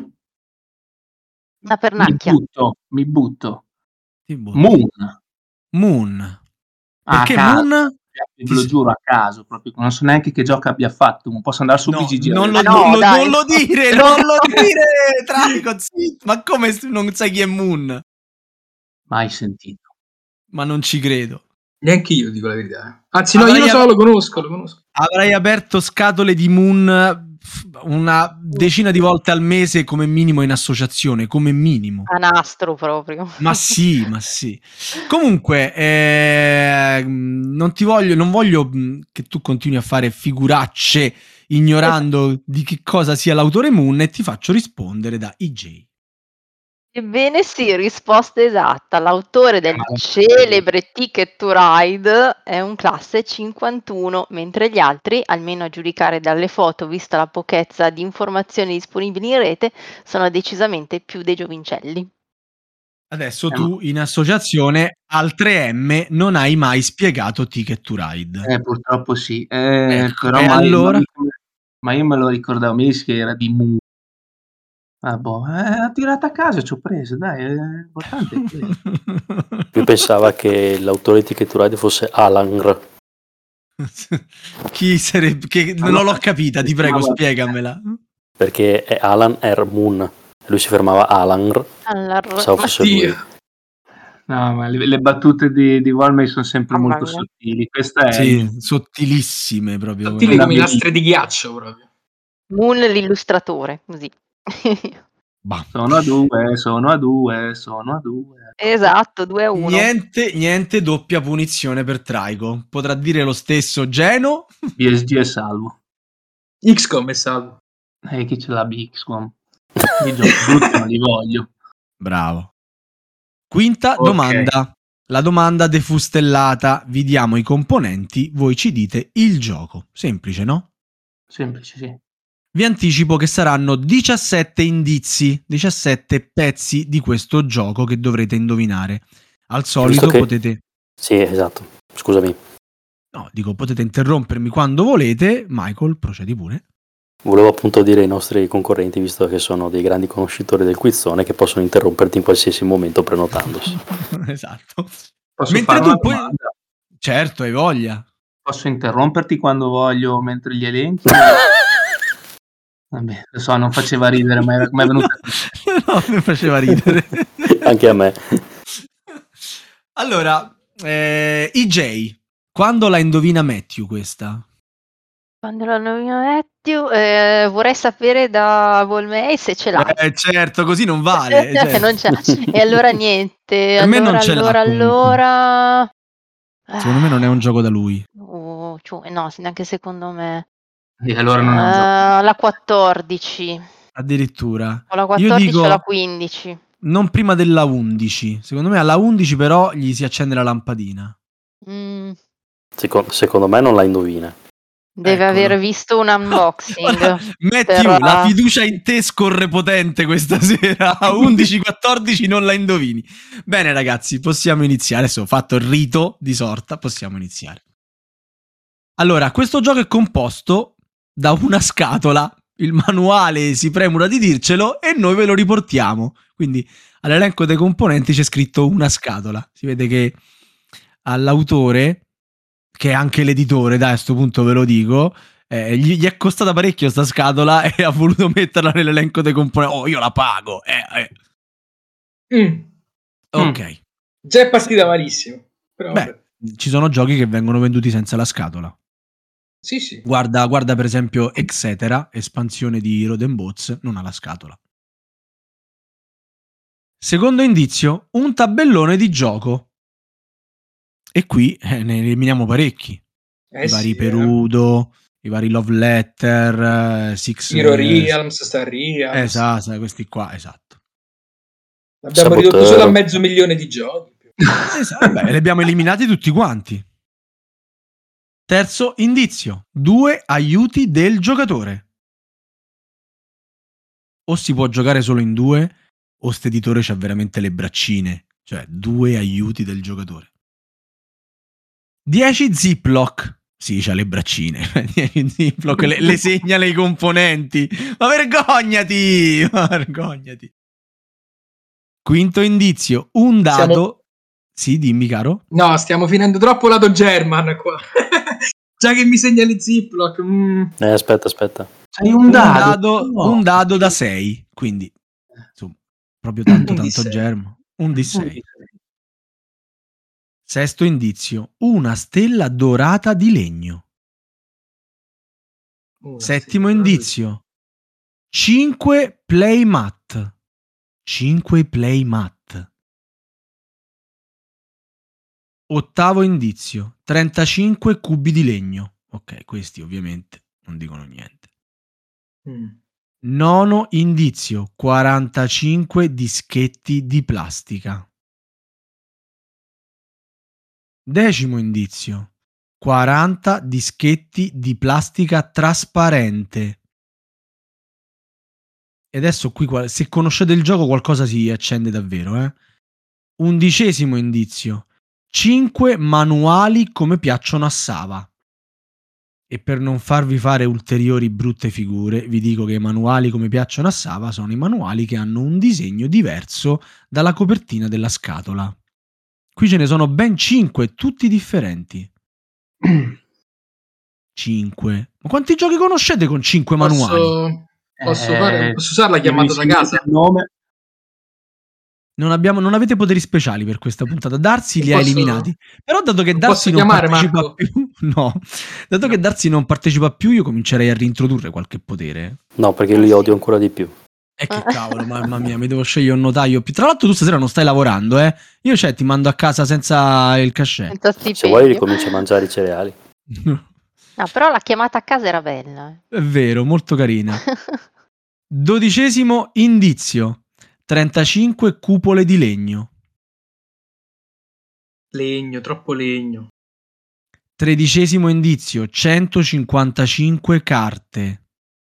Una Mi pernacchia. butto, mi butto. Ti butto. Moon. Moon. Ah, Perché a caso. Moon? Ve lo giuro, a caso, proprio non so neanche che gioco abbia fatto. Non posso andare su No, B G G. non lo, Ah, no, non lo- dai. non lo dire, No. non lo dire, Tricon, sì. Ma come non sai chi è Moon? Mai sentito. Ma non ci credo. Neanche io dico la verità. Anzi, no, Avrai io lo so, ap- lo conosco, lo conosco. Avrai aperto scatole di Moon una decina di volte al mese come minimo in associazione, come minimo. A nastro proprio. Ma sì, ma sì. Comunque, eh, non ti voglio, non voglio mh, che tu continui a fare figuracce ignorando di che cosa sia l'autore Moon, e ti faccio rispondere da I J. Ebbene sì, risposta esatta. L'autore del Ah, celebre Ticket to Ride è un classe cinquantuno, mentre gli altri, almeno a giudicare dalle foto vista la pochezza di informazioni disponibili in rete, sono decisamente più dei giovincelli. Adesso Eh, tu in associazione al tre M non hai mai spiegato Ticket to Ride. Eh, purtroppo sì. Eh, Ecco, però e mai- allora? mai- ma io me lo ricordavo, mi dici che era di Moon. Ah, boh, eh, ha tirato a casa, ci ho preso, dai, è importante è quello. Lui pensava che l'autore di Ticket to Ride fosse Alan. Chi sarebbe? Che non l'ho capita, ti prego, spiegamela. Perché è Alan R. Moon. Lui si fermava Alan. Allora, Pensavo fosse Dio. lui. No, ma le, le battute di, di Volmey sono sempre Mamma molto mia. sottili. Questa è Sì, sottilissime proprio. Sottili una come i bellissima. lastre di ghiaccio proprio. Moon l'illustratore, così. Bah. Sono a due, sono a due, sono a due. Esatto, due a uno. Niente, niente doppia punizione per Traico. Potrà dire lo stesso Geno. B S G è salvo. X COM è salvo. E chi ce l'ha X COM? I giochi brutti non li voglio. Bravo. Quinta Ok. domanda. La domanda defustellata. Vi diamo i componenti, voi ci dite il gioco. Semplice, no? Semplice, sì. Vi anticipo che saranno diciassette indizi, diciassette pezzi di questo gioco che dovrete indovinare. Al solito che- potete... Sì, esatto. Scusami. No, dico, potete interrompermi quando volete. Michael, procedi pure. Volevo appunto dire ai nostri concorrenti, visto che sono dei grandi conoscitori del quizzone, che possono interromperti in qualsiasi momento prenotandosi. Esatto. Posso Mentre fare tu una poi... domanda? Certo, hai voglia. Posso interromperti quando voglio mentre gli elenchi? Vabbè, lo so, non faceva ridere, ma è venuta così. No, mi faceva ridere. Anche a me. Allora, eh, I J, quando la indovina Matthew questa? Quando lo nomino Matthew, eh, vorrei sapere da Volmei se ce l'ha. Eh, certo, così non vale. certo. Non ce l'ha. E allora niente. Per me allora, non ce l'ha, allora, comunque. allora. Secondo me non è un gioco da lui. Oh, ciu- no, neanche secondo me. E allora non è un gioco. Eh, la quattordici. Addirittura. O la Io quattordici dico o la quindici. non prima della undici. Secondo me alla undici però gli si accende la lampadina. Mm, Secondo, secondo me non la indovina. deve Eccolo. aver visto un unboxing. Ora, Matthew, per- la fiducia in te scorre potente questa sera. A undici quattordici non la indovini. Bene ragazzi, possiamo iniziare. Adesso ho fatto il rito di sorta, possiamo iniziare. Allora, questo gioco è composto da una scatola il manuale si premura di dircelo e noi ve lo riportiamo. Quindi all'elenco dei componenti c'è scritto una scatola. Si vede che all'autore, che è anche l'editore, dai, a sto punto ve lo dico, eh, gli, gli è costata parecchio sta scatola e ha voluto metterla nell'elenco dei componenti. Oh, io la pago. Eh, eh. Mm. Ok. Mm. Già è partita malissimo. Però Beh, vabbè. ci sono giochi che vengono venduti senza la scatola. Sì, sì. Guarda, guarda per esempio Etcetera, espansione di Road and Boats, non ha la scatola. Secondo indizio, un tabellone di gioco. E qui eh, ne eliminiamo parecchi. Eh I vari sì, Perudo, eh. i vari Love Letter, eh, Six... Hero Realms, Star Realms. Esatto, questi qua, esatto. Abbiamo Sabotero. ridotto solo a mezzo milione di giochi. Esatto, beh, li abbiamo eliminati tutti quanti. Terzo indizio, due aiuti del giocatore. O si può giocare solo in due, o sto editore c'ha veramente le braccine, cioè due aiuti del giocatore. dieci Ziploc. Sì, c'ha le braccine. dieci Ziploc, le, le segna nei componenti. Ma vergognati! Ma vergognati. Quinto indizio, un dado... Siamo... Sì, dimmi, caro. No, stiamo finendo troppo lato German qua. Già che mi segna le Ziploc. Mm. Eh, aspetta, aspetta. C'hai un Un dado, dado, no. un dado da sei, quindi insomma, proprio tanto Un D tanto sei. germo. Un D sei. Sesto indizio, una stella dorata di legno. Una Settimo stella. indizio, cinque playmat. cinque playmat. Ottavo indizio, trentacinque cubi di legno. Ok, questi ovviamente non dicono niente. Mm. Nono indizio, quarantacinque dischetti di plastica. Decimo indizio, quaranta dischetti di plastica trasparente. E adesso qui, se conoscete il gioco, qualcosa si accende davvero, eh? Undicesimo indizio, cinque manuali come piacciono a Sava. E per non farvi fare ulteriori brutte figure, vi dico che i manuali come piacciono a Sava sono i manuali che hanno un disegno diverso dalla copertina della scatola. Qui ce ne sono ben cinque, tutti differenti. cinque. Ma quanti giochi conoscete con cinque manuali? Posso, posso, Eh, fare, posso usare la chiamata da casa? Il nome. Non, abbiamo, non avete poteri speciali per questa puntata. Darsi li ha Posso- eliminati. Però dato che non Darsi posso non chiamare, partecipa Marco? più, no, dato No. che Darsi non partecipa più, io comincerei a reintrodurre qualche potere. No, perché li odio ancora di più. E che cavolo, mamma mia, mi devo scegliere un notaio più. Tra l'altro tu stasera non stai lavorando, eh? Io cioè ti mando a casa senza il cachet. Senza Se vuoi stipendio. ricominci a mangiare i cereali. No, però la chiamata a casa era bella. eh. È vero, molto carina. Dodicesimo indizio. trentacinque cupole di legno. Legno, troppo legno. Tredicesimo indizio. centocinquantacinque carte.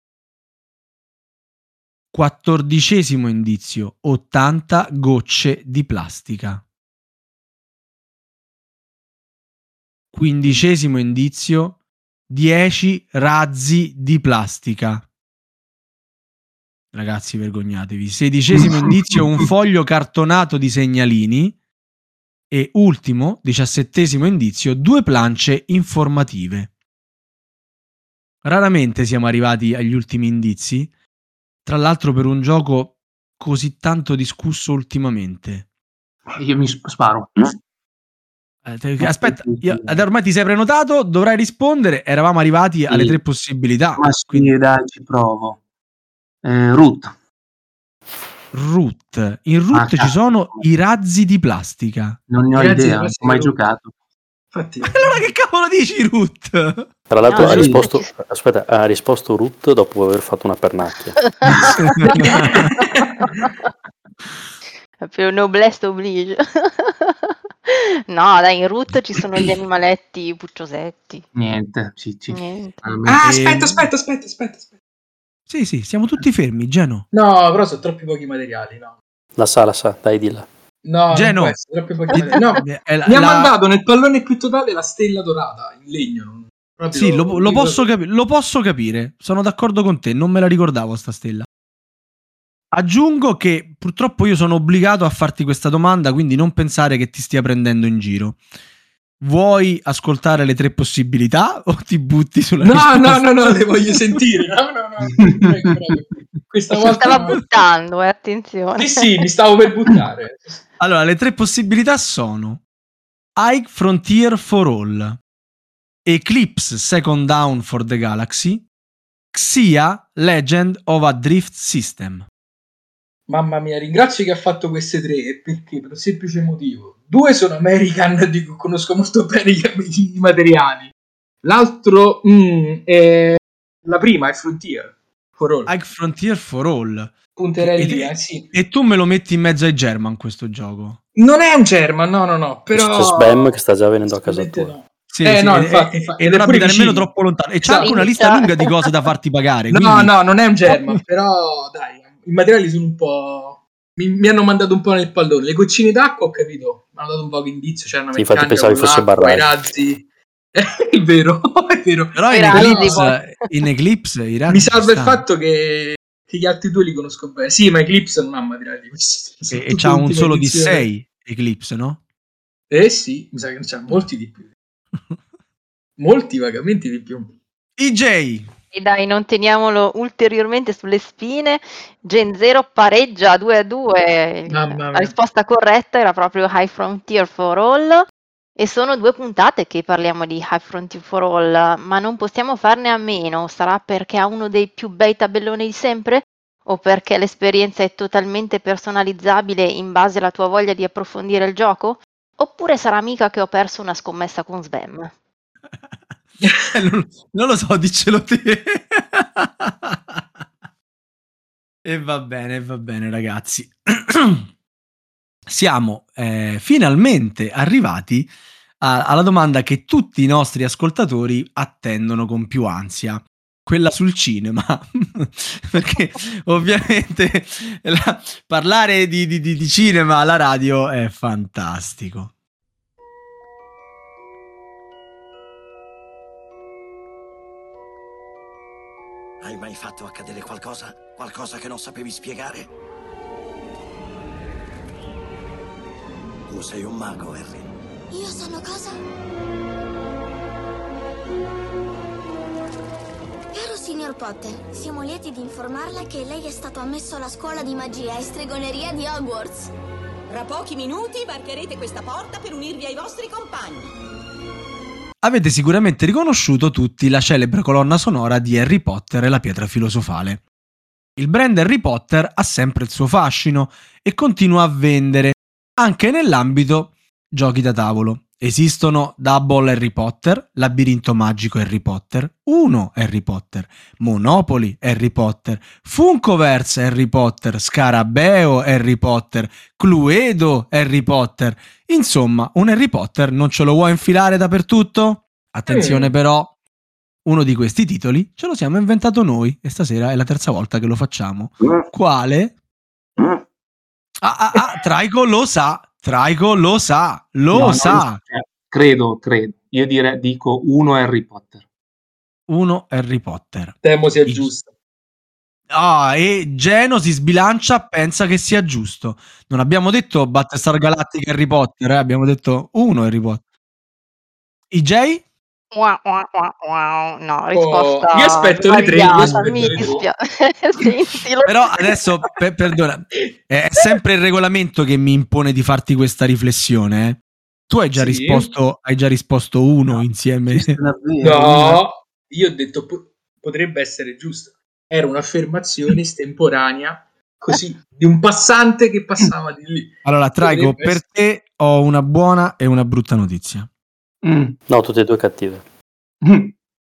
Quattordicesimo indizio. ottanta gocce di plastica. Quindicesimo indizio. dieci razzi di plastica. Ragazzi, vergognatevi. Sedicesimo indizio, un foglio cartonato di segnalini. E ultimo, diciassettesimo indizio, due plance informative. Raramente siamo arrivati agli ultimi indizi, tra l'altro per un gioco così tanto discusso ultimamente. Io mi sp- sparo. Eh, te- aspetta, io, ormai ti sei prenotato, dovrai rispondere. Eravamo arrivati alle Sì. tre possibilità. Ma sì, Quindi, dai, ci provo. Eh, Root. Root. In Root Ah, ci cazzo. sono i razzi di plastica. Non ne ho Grazie, idea, non grazie, ho mai Root. giocato. Infatti, Allora che cavolo dici, Root? Tra l'altro No, ha sì. risposto, aspetta, ha risposto Ruth dopo aver fatto una pernacchia. Proprio noblesse oblige. No, dai, in Root ci sono gli animaletti pucciosetti. Niente, sì, sì. Niente. Ah, E- aspetta, aspetta, aspetta, aspetta, aspetta. Sì, sì, siamo tutti fermi, Geno. No, però sono troppi pochi materiali, no. La sa, la sa, dai dilla. No, Geno. non può essere, troppi pochi materiali. No, È la- mi ha la- mandato nel pallone più totale la stella dorata in legno. non- Proprio Sì, lo, lo, dico- posso capi- lo posso capire, sono d'accordo con te, non me la ricordavo sta stella. Aggiungo che purtroppo io sono obbligato a farti questa domanda, quindi non pensare che ti stia prendendo in giro. Vuoi ascoltare le tre possibilità o ti butti sulla No, risposta? no, no, no, le voglio sentire. No, no, no, prego, prego. Questa Si volta stava buttando, eh, attenzione. Sì, sì, mi stavo per buttare. Allora, le tre possibilità sono Ike Frontier for All, Eclipse Second Down for the Galaxy, Xia Legend of a Drift System. Mamma mia, ringrazio che ha fatto queste tre, perché per un semplice motivo. Due sono American, di cui conosco molto bene i, i materiali. L'altro mm, è la prima è Frontier for All. Ike Frontier for All. Punterei E, lì, e- eh, sì. e tu me lo metti in mezzo ai German questo gioco. Non è un German, no, no, no, però C'è Sbam che sta già venendo a casa assolutamente tua. no. Sì, Eh, sì, no, e- infatti, e, infatti, e ed non è pure abita nemmeno vicino. troppo lontano. E c'ha Esatto. anche una lista Inizia- lunga di cose da farti pagare. No, quindi- no, non è un German, però dai, i materiali sono un po'... Mi, mi hanno mandato un po' nel pallone. Le goccine d'acqua, ho capito, mi hanno dato un po' di indizio, c'era una Sì, infatti meccanica pensavo con fosse l'acqua, i Barrage. razzi... è vero, è vero. Però in I razzi, Eclipse, in Eclipse i razzi Mi ci salva il stanno. fatto che, che gli altri due li conosco bene. Sì, ma Eclipse non ha materiali di questi. E, sono e tutte c'ha un ultima solo edizione. di sei Eclipse, no? Eh sì, mi sa che ne c'ha molti di più. Molti vagamente di più. E J. E dai, non teniamolo ulteriormente sulle spine. Gen Zero pareggia due a due. Mamma La mia. risposta corretta era proprio High Frontier for All. E sono due puntate che parliamo di High Frontier for All, ma non possiamo farne a meno. Sarà perché ha uno dei più bei tabelloni di sempre? O perché l'esperienza è totalmente personalizzabile in base alla tua voglia di approfondire il gioco? Oppure sarà mica che ho perso una scommessa con Sbam? Eh, non, non lo so, diccelo te. E va bene, va bene, ragazzi. Siamo eh, finalmente arrivati a- alla domanda che tutti i nostri ascoltatori attendono con più ansia. Quella sul cinema. Perché ovviamente la- parlare di, di- di- di cinema alla radio è fantastico. Hai mai fatto accadere qualcosa? Qualcosa che non sapevi spiegare? Tu sei un mago, Harry. Io sono cosa? Caro signor Potter, siamo lieti di informarla che lei è stato ammesso alla scuola di magia e stregoneria di Hogwarts. Tra pochi minuti varcherete questa porta per unirvi ai vostri compagni. Avete sicuramente riconosciuto tutti la celebre colonna sonora di Harry Potter e la pietra filosofale. Il brand Harry Potter ha sempre il suo fascino e continua a vendere anche nell'ambito giochi da tavolo. Esistono Double Harry Potter, Labirinto Magico Harry Potter, Uno Harry Potter, Monopoly Harry Potter, Funkoverse Harry Potter, Scarabeo Harry Potter, Cluedo Harry Potter. Insomma, un Harry Potter non ce lo vuoi infilare dappertutto? Attenzione Mm. però, uno di questi titoli ce lo siamo inventato noi e stasera è la terza volta che lo facciamo. Quale? Ah, ah, ah, Traico lo sa, Traico lo sa, lo No, no, sa. cioè, credo, credo. Io direi, dico uno Harry Potter. Uno Harry Potter. Temo sia Il- giusto. Ah, e Geno si sbilancia, pensa che sia giusto. Non abbiamo detto Battlestar Galactica Harry Potter, eh? Abbiamo detto uno Harry Potter. I J? Ua, ua, ua, ua. No, risposta Oh, io aspetto le tre, io sbagliata, aspetto mi le tre. dispiace. Sentilo. Però adesso, per- perdona, è sempre il regolamento che mi impone di farti questa riflessione. eh. Tu hai già Sì. risposto, hai già risposto uno insieme. No, io ho detto po- potrebbe essere giusto. Era un'affermazione estemporanea, così, di un passante che passava di lì. Allora, Traico, Potrebbe per te ho una buona e una brutta notizia. Mm. No, tutte e due cattive. Mm.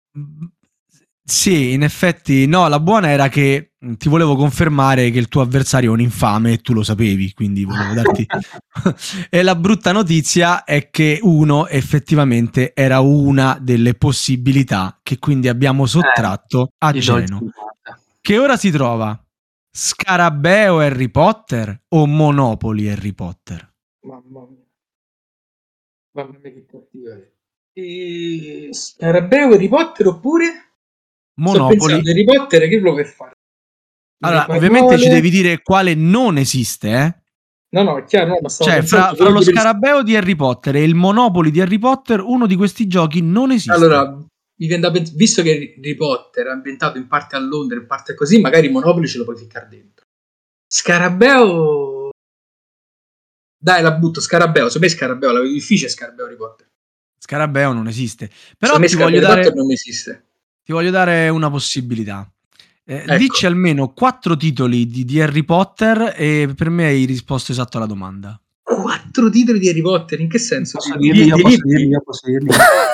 Sì, in effetti, no, la buona era che mh, ti volevo confermare che il tuo avversario è un infame e tu lo sapevi, quindi volevo darti... E la brutta notizia è che uno effettivamente era una delle possibilità che quindi abbiamo sottratto a Ti do il Geno. cinquanta. Che ora si trova Scarabeo Harry Potter o Monopoly Harry Potter? Mamma mia. Mamma mia che cattiveria. E... Scarabeo, Harry Potter oppure? Monopoli. Sto pensando, Harry Potter che lo per fare? Allora, ovviamente ci devi dire quale non esiste, eh? No, no, è chiaro, no, ma stavo Cioè, fra, pensando fra lo quello di- scarabeo di Harry Potter e il Monopoli di Harry Potter, uno di questi giochi non esiste. Allora, mi viene da pens- visto che Harry Potter è ambientato in parte a Londra, in parte così, magari Monopoli ce lo puoi ficcare dentro. Scarabeo... Dai, la butto, Scarabeo. Secondo me Scarabeo, la vedo difficile Scarabeo Harry Potter. Scarabeo non esiste. Però Secondo me ti Scarabeo voglio, Harry dare, Potter non esiste. ti voglio dare una possibilità. Eh, Ecco. Dici almeno quattro titoli di, di Harry Potter e per me hai risposto esatto alla domanda. Quattro titoli di Harry Potter, in che senso? Posso Di- dirli, di io posso libri? dirli, io posso dirli.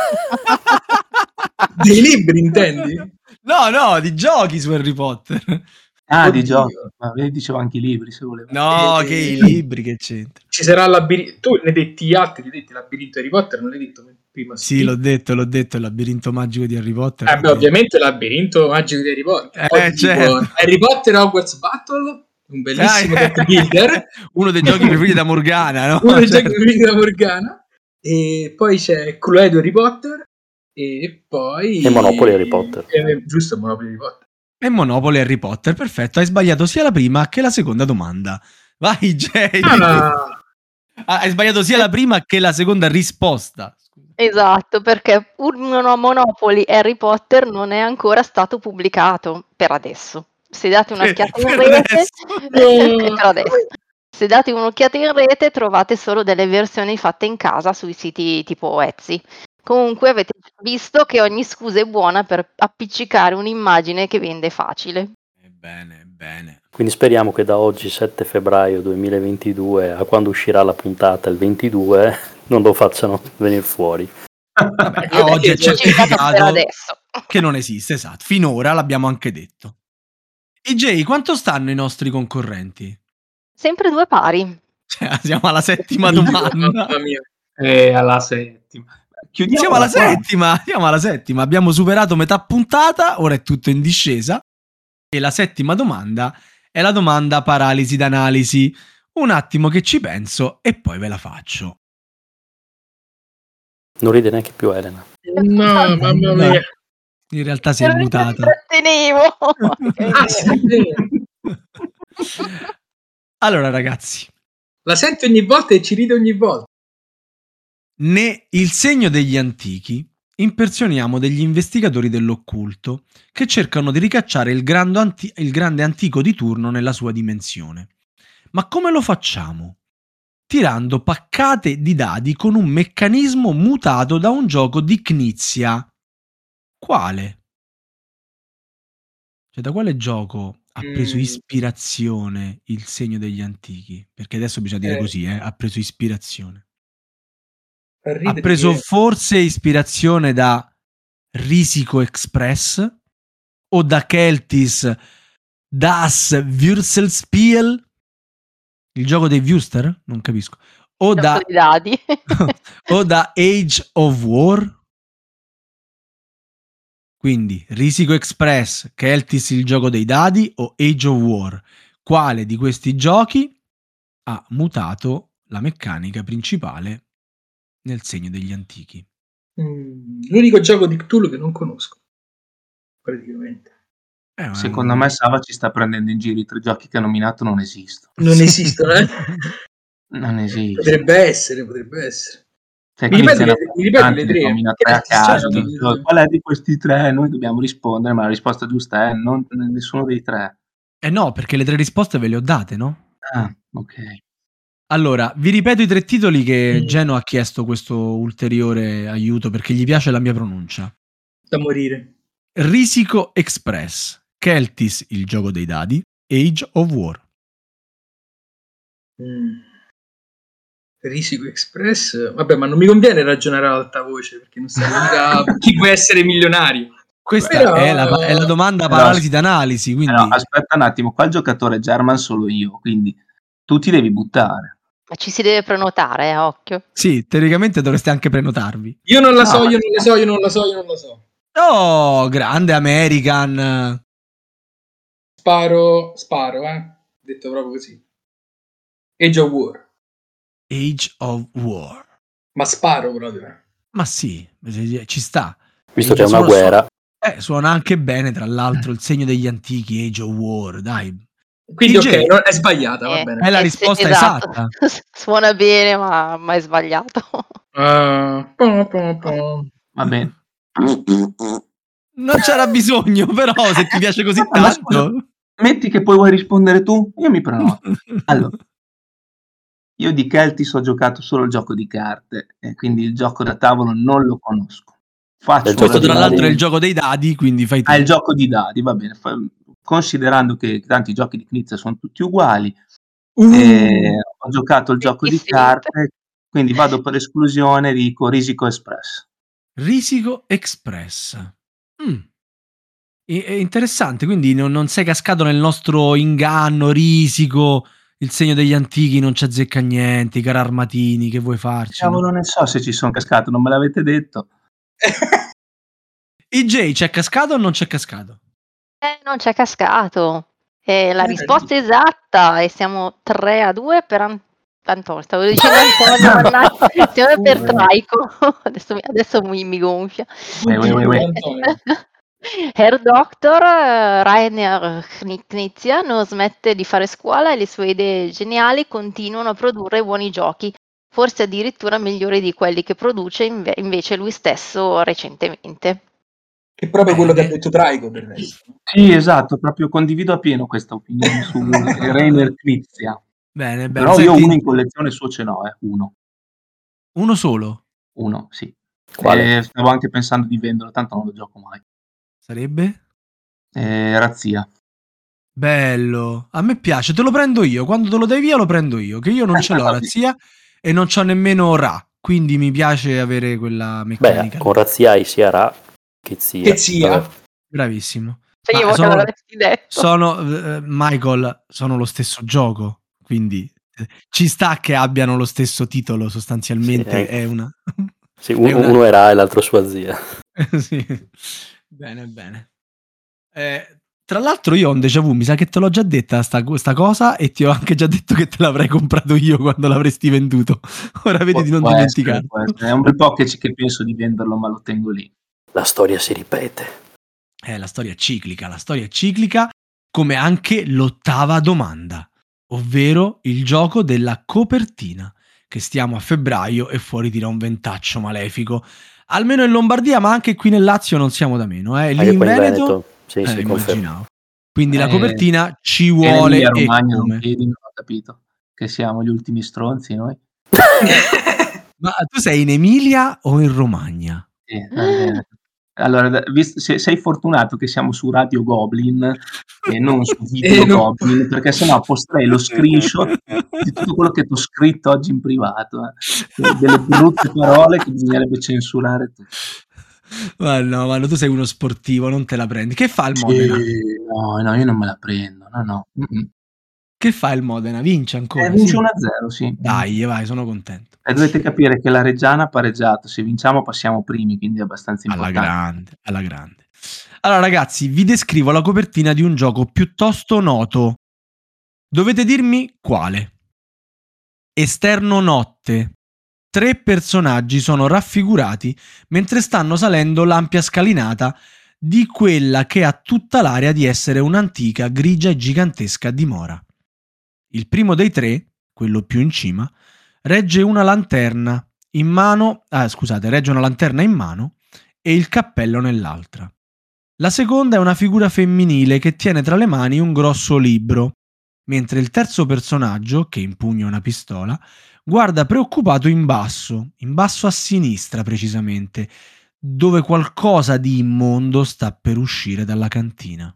Dei libri, intendi? No, no, di giochi su Harry Potter. Ah, di Oddio. giochi. Ma vedi, dicevo anche i libri, se volevo. No, Eh, che i libri, che c'entra. Ci sarà il labirinto. Tu ne detti gli altri, ti detti labirinto Harry Potter, non l'hai detto prima? Sì, l'ho detto, l'ho detto, il labirinto magico di Harry Potter. Eh l'ho beh, detto. ovviamente il labirinto magico di Harry Potter. Poi Eh, ti dico, certo. Harry Potter Hogwarts Battle, un bellissimo Ah, deck builder. Uno dei giochi preferiti da Morgana, no? Uno dei Certo. giochi preferiti da Morgana. E poi c'è Cluedo Harry Potter. E poi... E Monopoli Harry Potter. Eh, giusto, Monopoli Harry Potter. E Monopoli Harry Potter, perfetto. Hai sbagliato sia la prima che la seconda domanda. Vai, Jay. Ah, Ah, hai sbagliato sia la prima che la seconda risposta. Esatto, perché un Monopoli Harry Potter non è ancora stato pubblicato per adesso. Se date un'occhiata in Per rete, adesso. per adesso. Se date un'occhiata in rete trovate solo delle versioni fatte in casa sui siti tipo Etsy. Comunque avete visto che ogni scusa è buona per appiccicare un'immagine che vende facile. Bene, bene. Quindi speriamo che da oggi, sette febbraio duemilaventidue, a quando uscirà la puntata il ventidue, non lo facciano venire fuori. Vabbè, Io oggi è perché- certificato per adesso. che non esiste, esatto. Finora l'abbiamo anche detto. E Jay, quanto stanno i nostri concorrenti? Sempre due pari. Cioè, siamo alla settima Mamma domanda. mia. E alla settima. Chiudiamo Siamo alla qua. settima, siamo alla settima. Abbiamo superato metà puntata, ora è tutto in discesa. E la settima domanda è la domanda paralisi d'analisi. Un attimo che ci penso e poi ve la faccio. Non ride neanche più Elena. No, mamma mia. In realtà si è Non mi mutata. trattenevo. Ah, sì, vero. Allora, ragazzi, La sento ogni volta e ci ride ogni volta. ne Il segno degli antichi impersoniamo degli investigatori dell'occulto che cercano di ricacciare il, grande anti- il grande antico di turno nella sua dimensione. Ma come lo facciamo? Tirando paccate di dadi con un meccanismo mutato da un gioco di Knizia. Quale? Cioè, da quale gioco ha preso Mm. ispirazione il segno degli antichi? Perché adesso bisogna dire Eh. così, eh? Ha preso ispirazione. Fa Ha ridere preso che- forse ispirazione da Risico Express o da Keltis Das Würzelspiel, il gioco dei Wüster? Non capisco. O da, Gioco di dadi. o da Age of War. Quindi Risico Express, Keltis il gioco dei dadi o Age of War. Quale di questi giochi ha mutato la meccanica principale nel segno degli antichi? Mm, l'unico gioco di Cthulhu che non conosco. Praticamente. Eh, ma- Secondo me Sava ci sta prendendo in giro. I tre giochi che ha nominato non esistono. Non esistono, eh? Non esistono. Potrebbe essere, potrebbe essere. Cioè, Mi qui ripeti iniziano le- a mi ripeti tanti, le ne tre? nomina Che tre a cazzo c'è? caso. Certo. dico, qual è di questi tre? Noi dobbiamo rispondere, ma la risposta giusta è non, nessuno dei tre. Eh no, perché le tre risposte ve le ho date, no? Ah, ok. Allora, vi ripeto i tre titoli che Mm. Geno ha chiesto questo ulteriore aiuto perché gli piace la mia pronuncia. Da morire. Risico Express, Keltis il gioco dei dadi, Age of War. Mm. Risico Express. Vabbè, ma non mi conviene ragionare ad alta voce perché non sai mica chi può essere milionario. Questa Però- è, la, è la domanda Però- paralisi d'analisi, quindi... Eh no, aspetta un attimo, qua il giocatore è German solo io, quindi tu ti devi buttare. Ma ci si deve prenotare, eh, occhio. Sì, teoricamente dovreste anche prenotarvi. Io non la No, so, ma- io non la so, io non la so, io non la so. Oh, grande American. Sparo, sparo, eh. Detto proprio così. Age of War. Age of War. Ma sparo proprio, eh. Ma sì, ci sta. Visto che è una guerra. Eh, suona anche bene, tra l'altro, il segno degli antichi, Age of War, dai. Quindi D J, ok, non è sbagliata, va Eh, bene. È la eh, risposta sì, esatto. esatta. Suona bene, ma, ma è sbagliato. Uh, po, po, po. Va bene. Non c'era bisogno, però, se ti piace così Ma scusa, tanto. metti che poi vuoi rispondere tu, io mi prenoto. Allora, io di Celtis ho giocato solo il gioco di carte, e quindi il gioco da tavolo non lo conosco. Faccio Questo tra dadi. l'altro è il gioco dei dadi, quindi fai te. Ah, il gioco di dadi, va bene. Fa- considerando che tanti giochi di Knizia sono tutti uguali, Uh. eh, ho giocato il gioco di Sì. carte, quindi vado per esclusione e dico Risico Express. Risico Express. Mm. È, è interessante, quindi non, non sei cascato nel nostro inganno, Risico, il segno degli antichi, non ci azzecca niente, i carri armatini, che vuoi farci? Cavolo, No? ne so se ci sono cascato, non me l'avete detto. I J, c'è cascato o non c'è cascato? Eh, non c'è cascato. È la Eh, risposta esatta e siamo tre a due per An- Antonio. Stavo dicendo Antonio, mannaggia, siamo per Traico. Adesso, mi- adesso mi, mi gonfia. Uè, uè, uè, uè. Antonio. Herr Doctor eh, Rainer Knizia non smette di fare scuola e le sue idee geniali continuano a produrre buoni giochi, forse addirittura migliori di quelli che produce inve- invece lui stesso recentemente. Che è proprio quello che ha Bene. detto Traico del resto. Sì, esatto, proprio condivido appieno questa opinione su Rainer Knizia. Bene, bene. Però io Senti, uno in collezione suo ce l'ho, eh, uno. uno solo? Uno, sì. Quale? E stavo anche pensando di venderlo, tanto non lo gioco mai. Sarebbe? Eh, Razzia. Bello. A me piace, te lo prendo io. Quando te lo dai via lo prendo io, che io non ce l'ho razzia e non c'ho nemmeno Ra, quindi mi piace avere quella meccanica. Beh, con Razzia hai sia Ra che Zia. Che zia. Vabbè. Bravissimo. Cioè, io Ma voglio sono, l'avresti detto. sono eh, Michael, sono lo stesso gioco, quindi eh, ci sta che abbiano lo stesso titolo sostanzialmente. Sì, eh. È una... Sì, è un- una- uno è Ra e l'altro sua zia. Sì. Bene, bene. Eh, tra l'altro io ho un déjà vu, mi sa che te l'ho già detta sta, sta cosa e ti ho anche già detto che te l'avrei comprato io quando l'avresti venduto. Ora vedi di non Può dimenticare. essere, può essere. È un bel po' che, ci- che penso di venderlo, ma lo tengo lì. La storia si ripete. Eh, la storia è ciclica, la storia è ciclica come anche l'ottava domanda, ovvero il gioco della copertina, che stiamo a febbraio e fuori tira un ventaccio malefico. Almeno in Lombardia, ma anche qui nel Lazio non siamo da meno. Eh. Lì Anche in qua in Veneto, Veneto. Sì, eh, sì, confermo. immaginavo. Quindi la Eh, copertina ci E in vuole Emilia e Romagna non come. chiedi, non ho capito. Che siamo gli ultimi stronzi noi. Ma tu sei in Emilia o in Romagna? Sì, va bene. Allora, da- visto- se- sei fortunato che siamo su Radio Goblin e non su Video Eh, no. Goblin, perché sennò posterei lo screenshot di tutto quello che ti ho scritto oggi in privato, eh. De- delle brutte parole che bisognerebbe censurare tutto. Ma no, ma no, tu sei uno sportivo, non te la prendi. Che fa il Modena? Sì, no, no, io non me la prendo, no, no. Mm-mm. Che fa il Modena? Vince ancora? Eh, vince Sì. uno a zero, sì. Dai, vai, sono contento. E dovete capire che la Reggiana ha pareggiato, se vinciamo passiamo primi, quindi è abbastanza Alla importante. grande, alla grande. Allora ragazzi, vi descrivo la copertina di un gioco piuttosto noto. Dovete dirmi quale. Esterno notte. Tre personaggi sono raffigurati mentre stanno salendo l'ampia scalinata di quella che ha tutta l'aria di essere un'antica, grigia e gigantesca dimora. Il primo dei tre, quello più in cima, regge una lanterna in mano, ah, scusate, regge una lanterna in mano e il cappello nell'altra. La seconda è una figura femminile che tiene tra le mani un grosso libro, mentre il terzo personaggio, che impugna una pistola, guarda preoccupato in basso, in basso a sinistra precisamente, dove qualcosa di immondo sta per uscire dalla cantina.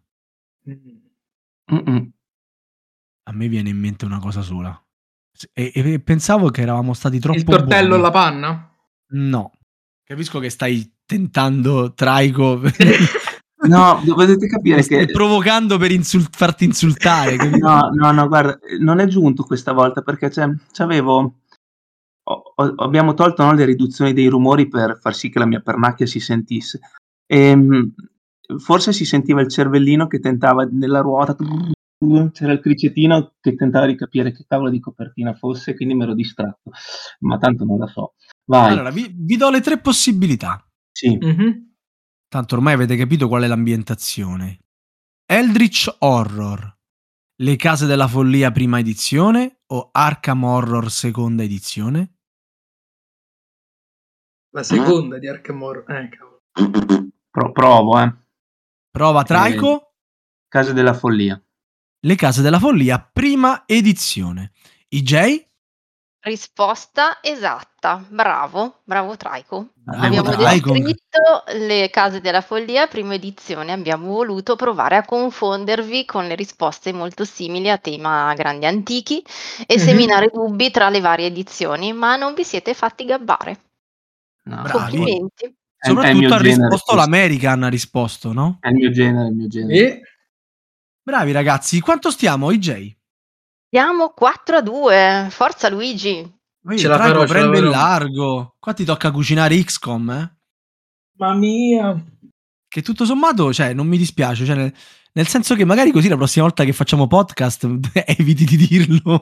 Mm-mm. A me viene in mente una cosa sola. E, e pensavo che eravamo stati troppo Il tortello buoni. alla panna? No. Capisco che stai tentando, Traico. No, dovete capire Lo stai che provocando per insult- farti insultare. no, no, no, guarda, non è giunto questa volta perché c'è, c'avevo ho- ho- abbiamo tolto, no, le riduzioni dei rumori per far sì che la mia pernacchia si sentisse. Ehm, forse si sentiva il cervellino che tentava nella ruota c'era il cricettino che tentava di capire che cavolo di copertina fosse, quindi mi ero distratto, ma tanto non la so. Vai. Allora, vi, vi do le tre possibilità. Sì. Mm-hmm. Tanto ormai avete capito qual è l'ambientazione. Eldritch Horror, Le Case della Follia prima edizione o Arkham Horror seconda edizione? La seconda di Arkham Horror. Eh, cavolo. Pro- provo, eh. Prova Traico. Eh, Case della Follia. Le Case della Follia prima edizione. I J? Risposta esatta, bravo, bravo Traico. Bravo, Abbiamo Traico. descritto Le Case della Follia, prima edizione, abbiamo voluto provare a confondervi con le risposte molto simili a tema grandi antichi e Mhm. seminare dubbi tra le varie edizioni, ma non vi siete fatti gabbare. No, Bravi. Complimenti. È- è il Soprattutto mio ha genere risposto questo. l'American, ha risposto, no? È il mio genere, è il mio genere. E Bravi ragazzi, quanto stiamo, I J? Siamo quattro a due, forza Luigi. Ui, Ce la Traico farò, ce la prende il farò. largo. Qua ti tocca cucinare X COM, eh? mamma mia. Che tutto sommato, cioè, non mi dispiace, cioè, nel, nel senso che magari così la prossima volta che facciamo podcast eviti di dirlo.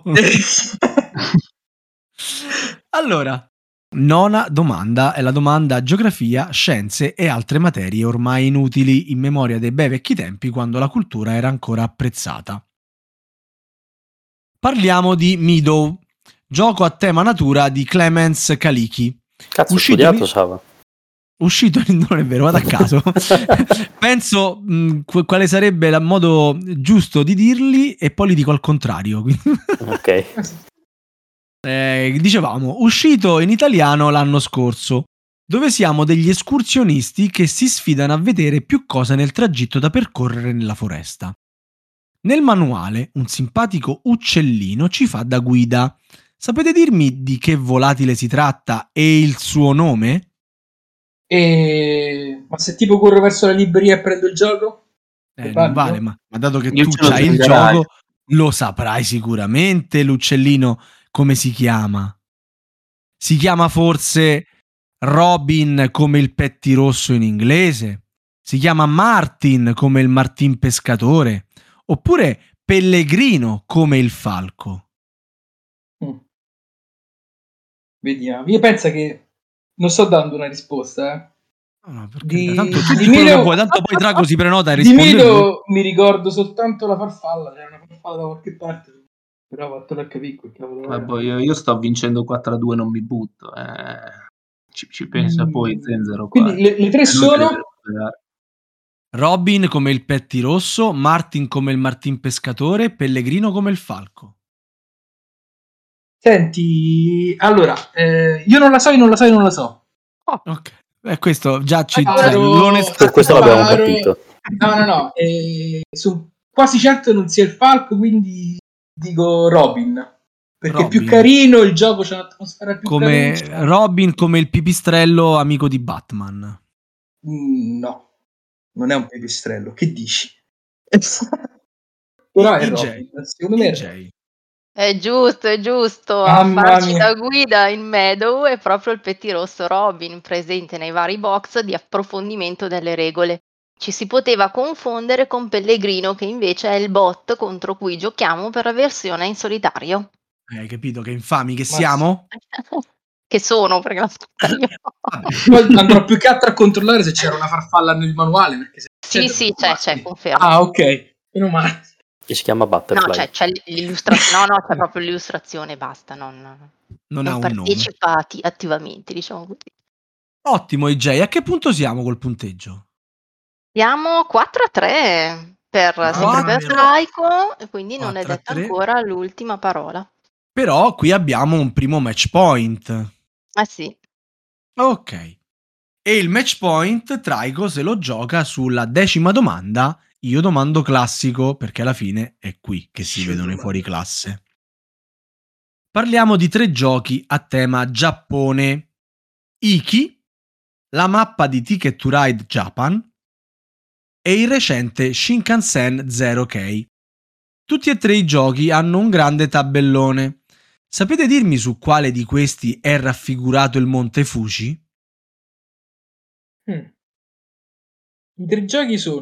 Allora, nona domanda è la domanda geografia, scienze e altre materie ormai inutili in memoria dei bei vecchi tempi quando la cultura era ancora apprezzata. Parliamo di Meadow, gioco a tema natura di Clemens Kaliki. Cazzo, ho Uscito studiato, in- Sava. Uscito, non è vero, vado a caso. Penso mh, qu- quale sarebbe il modo giusto di dirli e poi li dico al contrario. Ok. Eh, dicevamo, uscito in italiano l'anno scorso, dove siamo degli escursionisti che si sfidano a vedere più cose nel tragitto da percorrere nella foresta. Nel manuale un simpatico uccellino ci fa da guida. Sapete dirmi di che volatile si tratta e il suo nome? E... Ma se tipo corro verso la libreria e prendo il gioco? Eh, Valido? non vale, ma, ma dato che Io tu ce lo c'hai il prenderai. gioco, lo saprai sicuramente l'uccellino come si chiama. Si chiama forse Robin come il pettirosso in inglese? Si chiama Martin come il Martin pescatore? Oppure Pellegrino come il falco? Mm. Vediamo. Io penso che non sto dando una risposta, eh. No, no, per Di- carità, tanto tu di di quello Milo- che vuoi, tanto poi Trago si prenota e Di risponde lui. Milo mi ricordo soltanto la farfalla, c'era una farfalla da qualche parte, però ho fatto la capire quel cavolo era. Vabbè, io, io sto vincendo quattro a due, non mi butto. eh. Ci, ci pensa Mm. poi Zenzero qua. Quindi le, le tre È lui che sono deve recuperare. Robin come il pettirosso, Martin come il Martin pescatore, Pellegrino come il falco. Senti, allora, eh, io non la so, io non la so, io non la so. Ok. Eh, questo già ci Allora, cioè, Sparo- l'onestà. Questo l'abbiamo sparo- capito. No, no, no, eh, sono quasi certo non sia il falco, quindi dico Robin. Perché è più Robin. carino, il gioco c'è un'atmosfera più Come carina. Robin come il pipistrello amico di Batman. Mm, no, non è un pipistrello, che dici? Però è I J. Robin, secondo me è I J. Robin. È giusto, è giusto. A Mamma farci mia. da guida in Meadow è proprio il pettirosso Robin, presente nei vari box di approfondimento delle regole. Ci si poteva confondere con Pellegrino, che invece è il bot contro cui giochiamo per la versione in solitario. Eh, Hai capito che infami che Ma siamo? Che sono, perché l'ho fatta io. Poi andrò più che altro a controllare se c'era una farfalla nel manuale. Perché se Sì, sì, c'è, c'è, confermo. Ah, ok. Meno male. Che si chiama No, Butterfly. c'è, c'è l'illustrazione, no, no, c'è proprio l'illustrazione, basta, non, Non ha non un nome. partecipa atti- attivamente, diciamo così. Ottimo, I J. A che punto siamo col punteggio? Siamo quattro a tre per, Ah, sempre per però- Traico, e quindi non è quattro a detta tre. ancora l'ultima parola. Però qui abbiamo un primo match point. Ah sì, Ok. E il match point Traico se lo gioca sulla decima domanda. Io domando classico perché alla fine è qui che si vedono i fuori classe. Parliamo di tre giochi a tema Giappone. Iki, la mappa di Ticket to Ride Japan e il recente Shinkansen zero K. Tutti e tre i giochi hanno un grande tabellone. Sapete dirmi su quale di questi è raffigurato il Monte Fuji? Mm. I tre giochi sono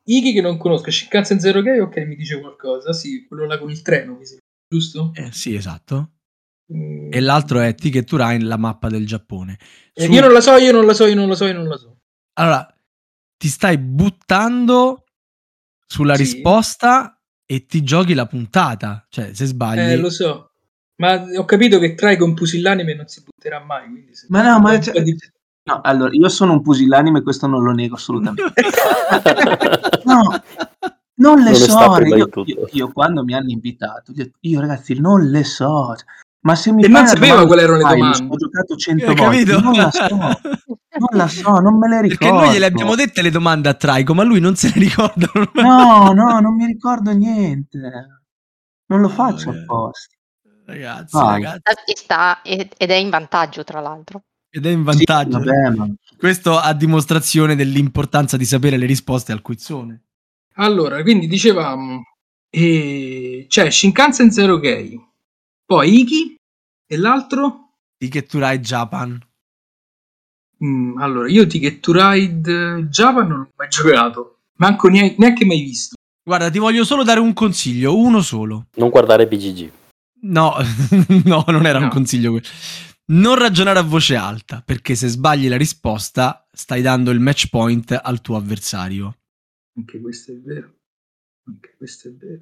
Iki che non conosco, Shinkansen Zero Gate, ok, mi dice qualcosa, sì, quello là con il treno, mi sembra, giusto? Eh, sì, esatto. Mm. E l'altro è Ticket to Ride, la mappa del Giappone. Eh, Su... Io non la so, io non la so, io non la so, io non la so. Allora, ti stai buttando sulla Sì. risposta e ti giochi la puntata. Cioè, se sbagli... Eh, lo so. Ma ho capito che Trai con pusillanime non si butterà mai. Quindi se Ma no, ma... cioè, di... no, allora, io sono un pusillanime, questo non lo nego assolutamente. No, non le Non so. Io, io, io quando mi hanno invitato, io, io ragazzi, non le so. Ma se mi e fai non sapeva quali erano le domande. Ho giocato cento Hai volte, capito? non la so. Non la so, non me le ricordo. Perché noi gliele abbiamo dette le domande a Traico, ma lui non se le ricorda. No, no, non mi ricordo niente. Non lo faccio oh, apposta. Ragazzi, Vai. ragazzi. Ci sta ed è in vantaggio, tra l'altro. Ed è in vantaggio. Sì, vabbè, ma... Questo a dimostrazione dell'importanza di sapere le risposte al quizzone. Allora, quindi dicevamo, eh, c'è Shinkansen Zero Gate, poi Iki e l'altro? Ticket to Ride Japan. Mm, allora, io Ticket to Ride Japan non l'ho mai giocato, manco neanche, neanche mai visto. Guarda, ti voglio solo dare un consiglio, uno solo. Non guardare B G G. No, no, non era no. un consiglio quello. Non ragionare a voce alta, perché se sbagli la risposta stai dando il match point al tuo avversario. Anche questo è vero. Anche questo è vero.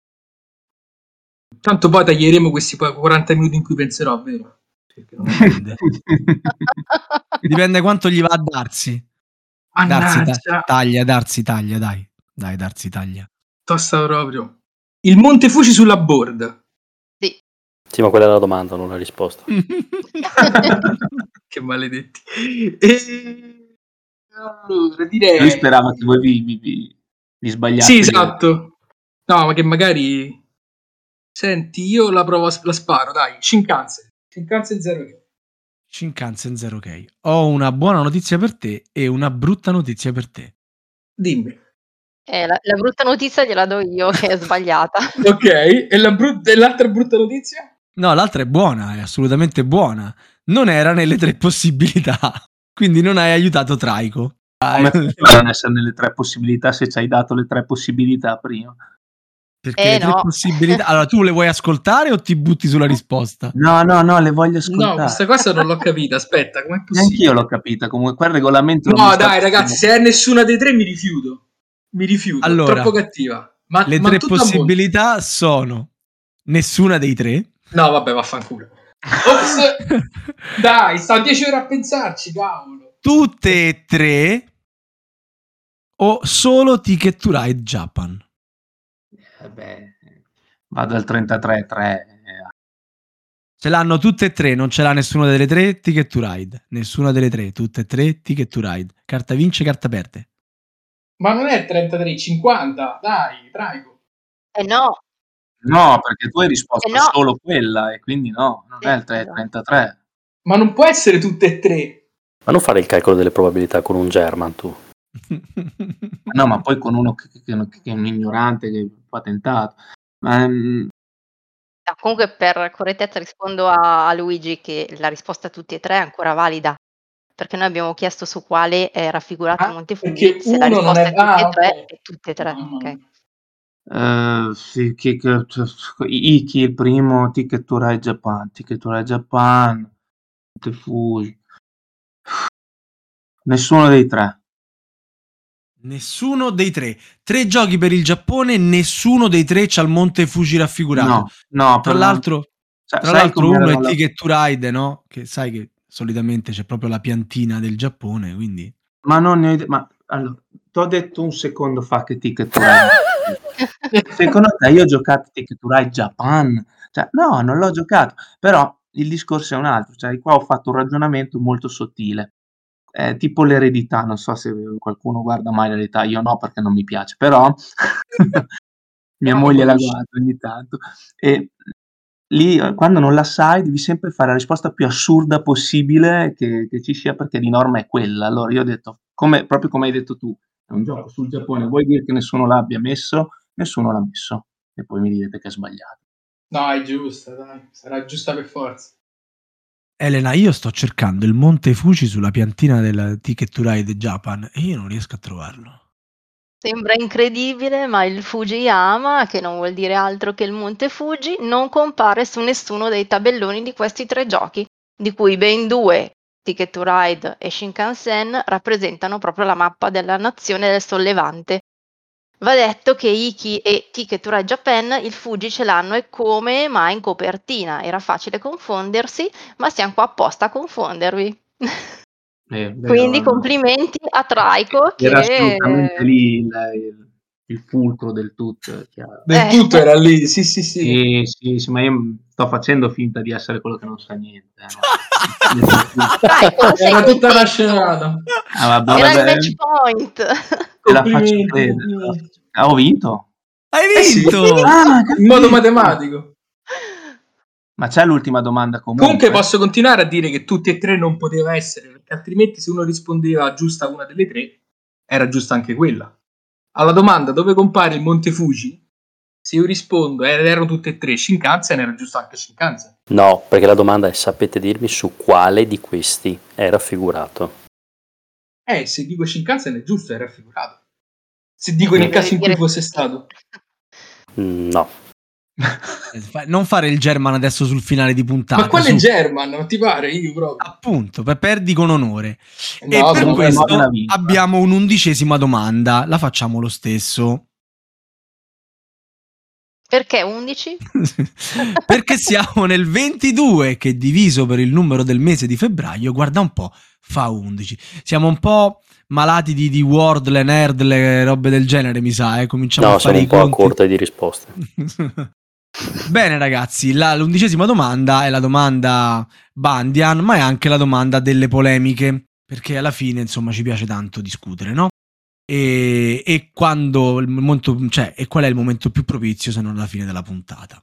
Tanto poi taglieremo questi quaranta minuti in cui penserò, vero? Dipende. Dipende quanto gli va a darsi. Darsi, ta- taglia, darsi, taglia, dai. Dai, darsi, taglia. Tosta proprio. Il Monte Fuji sulla board. Sì. Sì, ma quella è la domanda, non la risposta. Che maledetti. E... Allora, direi... Lui sperava che voi vi, vi, vi, vi sbagliaste. Sì, esatto. No, ma che magari... Senti, io la provo, la sparo, dai. Shinkansen. Shinkansen Zero Gate. Shinkansen Zero Gate. Ho una buona notizia per te e una brutta notizia per te. Dimmi. Eh, la, la brutta notizia gliela do io, che è sbagliata. Ok, e, la brut- e l'altra brutta notizia? No, l'altra è buona, è assolutamente buona. Non era nelle tre possibilità, quindi non hai aiutato Traico. Come potevano essere nelle tre possibilità se ci hai dato le tre possibilità prima? Perché eh, le tre no. possibilità... Allora, tu le vuoi ascoltare o ti butti sulla risposta? No, no, no, le voglio ascoltare. No, questa cosa non l'ho capita, aspetta, com'è possibile? Anch'io l'ho capita, comunque qua il regolamento... No, dai, ragazzi, se è nessuna dei tre mi rifiuto. Mi rifiuto, allora, troppo cattiva. Ma, le ma tre possibilità sono nessuna dei tre. No, vabbè, vaffanculo. Ops! Dai, sto dieci ore a pensarci, cavolo. Tutte e tre o solo Ticket to Ride Japan? Vabbè, vado al trentatré tre. Ce l'hanno tutte e tre, non ce l'ha nessuna delle tre, Ticket to Ride. Nessuna delle tre, tutte e tre, Ticket to Ride. Carta vince, carta perde. Ma non è trentatré, cinquanta, dai, Traico. Eh no. No, perché tu hai risposto eh no. solo quella e quindi no, non sì, è il trentatré. Ma non può essere tutte e tre. Ma non fare il calcolo delle probabilità con un German, tu. No, ma poi con uno che, che, che è un ignorante, che è patentato. Ma, um... no, comunque per correttezza rispondo a, a Luigi che la risposta a tutti e tre è ancora valida. Perché noi abbiamo chiesto su quale è raffigurato ah, Monte Fuji, se la risposta è, è tutte ah, e tre okay. e tutte e tre, mm. ok. Uh, sì, che, che, Iki il primo, Ticket to Ride Japan, Ticket to Ride Japan, Monte Fuji. Nessuno dei tre. Nessuno dei tre. Tre giochi per il Giappone, nessuno dei tre c'ha il Monte Fuji raffigurato. No, no. Tra l'altro, Sa- tra l'altro uno è la... Ticket to Ride, no? Che sai che solitamente c'è proprio la piantina del Giappone, quindi... Ma non ne ho idea, ma allora, ti ho detto un secondo fa che Ticket to Ride. Secondo te io ho giocato Ticket to Ride Japan? Cioè, no, non l'ho giocato, però il discorso è un altro, cioè qua ho fatto un ragionamento molto sottile, eh, tipo l'eredità, non so se qualcuno guarda mai l'eredità, io no perché non mi piace, però mia no, moglie la guarda ogni tanto, e lì quando non la sai devi sempre fare la risposta più assurda possibile che, che ci sia, perché di norma è quella. Allora io ho detto, come, proprio come hai detto tu, è un gioco sul Giappone, vuoi dire che nessuno l'abbia messo? Nessuno l'ha messo, e poi mi direte che è sbagliato. No, è giusta, dai, sarà giusta per forza. Elena, io sto cercando il Monte Fuji sulla piantina del Ticket to Ride Japan e io non riesco a trovarlo. Sembra incredibile, ma il Fujiyama, che non vuol dire altro che il Monte Fuji, non compare su nessuno dei tabelloni di questi tre giochi, di cui ben due, Ticket to Ride e Shinkansen, rappresentano proprio la mappa della nazione del sollevante. Va detto che Iki e Ticket to Ride Japan il Fuji ce l'hanno e come, ma in copertina. Era facile confondersi, ma siamo qua apposta a confondervi. Eh, vero, Quindi no. complimenti a Traiko Era che assolutamente lì il, il, il fulcro del tutto. Chiaro. Del Eh. tutto era lì, sì, sì, sì. Sì, sì, sì, ma io sto facendo finta di essere quello che non sa niente. eh, no. Traiko, sei Era tutta una contento? scenata. Ah, vabbè, Era il vabbè, match point. te la faccio Complimenti, credere. complimenti. Ah, ho vinto? Hai Eh sì, vinto! Ah, in modo capito. matematico. Ma c'è l'ultima domanda comunque? Comunque posso continuare a dire che tutti e tre non poteva essere, perché altrimenti se uno rispondeva giusta una delle tre, era giusta anche quella. Alla domanda dove compare il Monte Fuji, se io rispondo ed erano tutte e tre Shinkansen, era giusto anche Shinkansen. No, perché la domanda è: sapete dirmi su quale di questi è raffigurato? Eh, se dico Shinkansen è giusto, è raffigurato. Se dico nel caso in cui fosse stato. Mm, no. Non fare il German adesso sul finale di puntata. Ma quale su. German? Non ti pare? Io proprio. Appunto, per perdi con onore. No, e per comunque questo Modena vinta. abbiamo un'undicesima domanda. La facciamo lo stesso. Perché undici? Perché siamo nel ventidue, che diviso per il numero del mese di febbraio, guarda un po', fa undici. Siamo un po' malati di, di Wordle, Nerdle, robe del genere, mi sa, eh? Cominciamo No, a fare siamo un i po' a conti. corte di risposte. Bene ragazzi, la, l'undicesima domanda è la domanda Bandian, ma è anche la domanda delle polemiche, perché alla fine insomma ci piace tanto discutere, no? E, e quando il momento, cioè, e qual è il momento più propizio se non alla fine della puntata?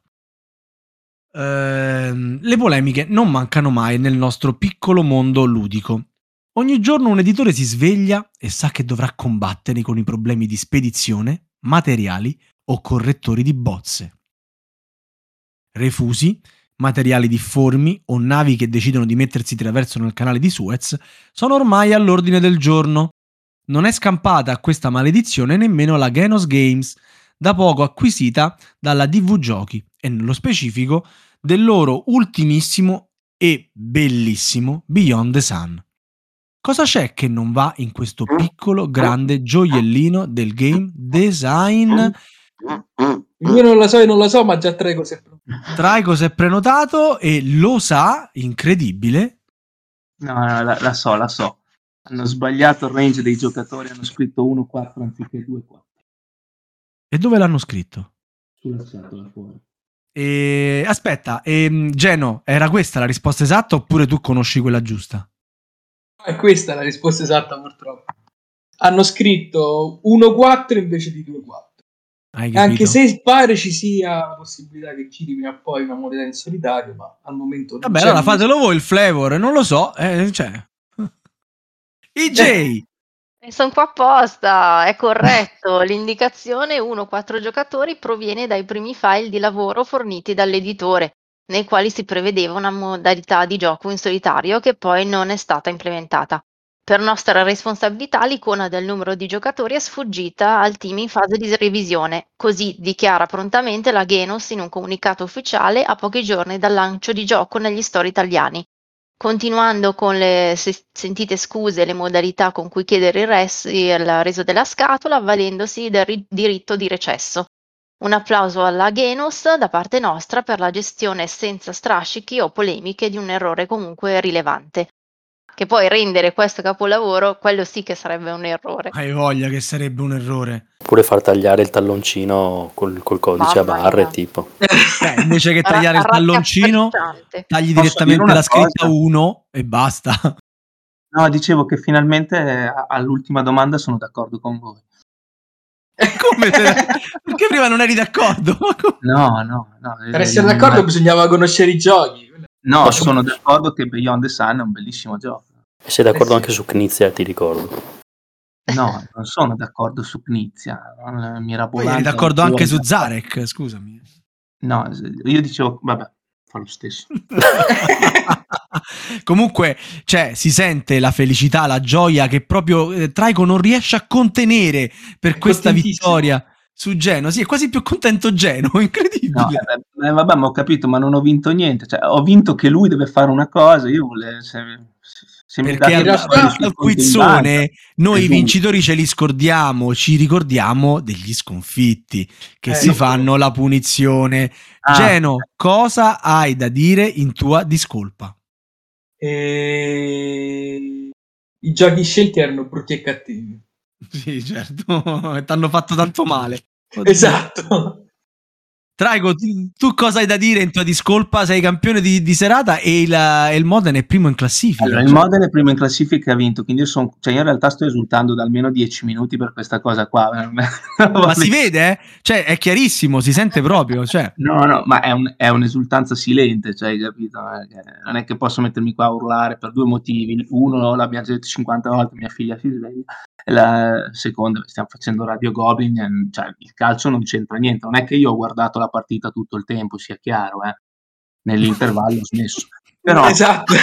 Ehm, le polemiche non mancano mai nel nostro piccolo mondo ludico. Ogni giorno un editore si sveglia e sa che dovrà combattere con i problemi di spedizione, materiali o correttori di bozze. Refusi, materiali difformi o navi che decidono di mettersi traverso nel canale di Suez sono ormai all'ordine del giorno. Non è scampata a questa maledizione nemmeno la Genos Games, da poco acquisita dalla D V Giochi e nello specifico del loro ultimissimo e bellissimo Beyond the Sun. Cosa c'è che non va in questo piccolo grande gioiellino del game design? Io non la so e non la so, ma già tre cose. Traiko si è prenotato e lo sa, incredibile. No, no, la, la so, la so. Hanno sbagliato il range dei giocatori, hanno scritto uno quattro anziché due quattro. E dove l'hanno scritto? Sulla scatola fuori. E... Aspetta, e, Geno, era questa la risposta esatta oppure tu conosci quella giusta? È questa la risposta esatta, purtroppo. Hanno scritto uno quattro invece di due quattro. Anche se pare ci sia la possibilità che giri prima o poi una moneta in solitario, ma al momento non Vabbè, c'è. allora fatelo voi il flavor, non lo so, eh, cioè. I J! E sono qua apposta, è corretto. L'indicazione uno quattro giocatori proviene dai primi file di lavoro forniti dall'editore, nei quali si prevedeva una modalità di gioco in solitario che poi non è stata implementata. Per nostra responsabilità l'icona del numero di giocatori è sfuggita al team in fase di revisione, così dichiara prontamente la Genos in un comunicato ufficiale a pochi giorni dal lancio di gioco negli store italiani. Continuando con le se- sentite scuse e le modalità con cui chiedere il, res- il reso della scatola, avvalendosi del ri- diritto di recesso. Un applauso alla Genos da parte nostra per la gestione senza strascichi o polemiche di un errore comunque rilevante. Che poi rendere questo capolavoro, quello sì che sarebbe un errore. Hai voglia che sarebbe un errore. Oppure far tagliare il talloncino col, col codice Mamma a barre, mia. tipo. Beh, invece che tagliare il Rabbia talloncino, schiacciante. tagli Posso direttamente dire una la scritta cosa? uno e basta. No, dicevo che finalmente a- all'ultima domanda sono d'accordo con voi. Come? Perché prima non eri d'accordo? No, no, no. Per essere d'accordo eh, bisognava conoscere i giochi. No, Posso- sono d'accordo che Beyond the Sun è un bellissimo gioco. E sei d'accordo Eh sì. anche su Knizia, ti ricordo. No, non sono d'accordo su Knizia. Poi Mirabolante eri d'accordo anche su ancora. Zarek, scusami. No, io dicevo, vabbè, fa lo stesso. Comunque, cioè, si sente la felicità, la gioia che proprio eh, Traico non riesce a contenere per È questa contentissimo. vittoria su Geno. Sì, è quasi più contento Geno, incredibile. No, eh, eh, vabbè, ma ho capito, ma non ho vinto niente. Cioè, ho vinto che lui deve fare una cosa. Io volevo. Se, se mi Perché date al, in realtà- al quizzone noi i Esatto. vincitori ce li scordiamo, ci ricordiamo degli sconfitti che Eh, si lo- fanno la punizione. Ah. Geno, cosa hai da dire in tua discolpa? E... I giochi scelti erano brutti e cattivi. Sì, certo, ti hanno fatto tanto male. Oddio. Esatto. Traico, tu, tu cosa hai da dire in tua discolpa? Sei campione di, di serata e il, e il Modena è primo in classifica. Allora, il Cioè, Modena è primo in classifica e ha vinto, quindi io, son, cioè io in realtà sto esultando da almeno dieci minuti per questa cosa qua. ma si vede, eh? Cioè, è chiarissimo, si sente proprio. Cioè. No, no, ma è, un, è un'esultanza silente, cioè, hai capito? Non è che posso mettermi qua a urlare per due motivi. Uno, l'abbiamo già detto cinquanta volte, mia figlia si sveglia. E la seconda, stiamo facendo Radio Goblin, e, cioè, il calcio non c'entra niente. Non è che io ho guardato la partita tutto il tempo, sia chiaro, eh. Nell'intervallo ho smesso. Però, Esatto.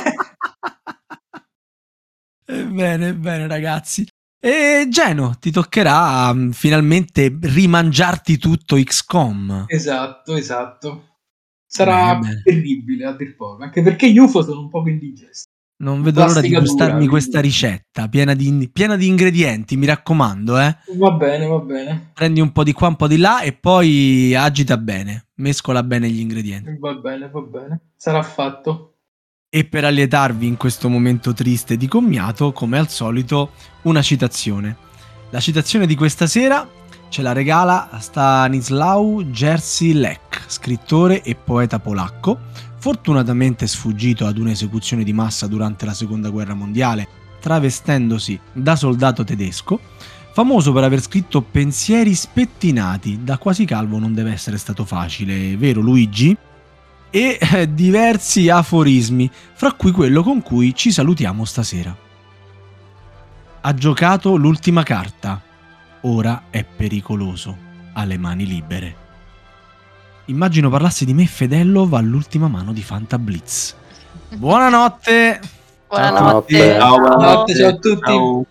Bene, bene, ragazzi. E Geno, ti toccherà um, finalmente rimangiarti tutto X COM. Esatto, esatto. Sarà Bene, bene. terribile a dir poco, anche perché gli U F O sono un po' indigesti. Non vedo l'ora di Plastica gustarmi dura, questa quindi- ricetta piena di, piena di ingredienti, mi raccomando, eh. Va bene, va bene, Prendi un po' di qua, un po' di là e poi agita bene, mescola bene gli ingredienti. va bene, va bene. Sarà fatto. E per allietarvi in questo momento triste di commiato, come al solito, una citazione. La citazione di questa sera ce la regala Stanisław Jerzy Lec, scrittore e poeta polacco, fortunatamente sfuggito ad un'esecuzione di massa durante la Seconda Guerra Mondiale, travestendosi da soldato tedesco, famoso per aver scritto pensieri spettinati, da quasi calvo non deve essere stato facile, vero Luigi? E eh, diversi aforismi, fra cui quello con cui ci salutiamo stasera. Ha giocato l'ultima carta, ora è pericoloso, ha le mani libere. Immagino parlassi di me Fedello va all'ultima mano di Fanta Blitz. Buonanotte! Buonanotte. Ciao, ciao, buonanotte, ciao a tutti. Ciao.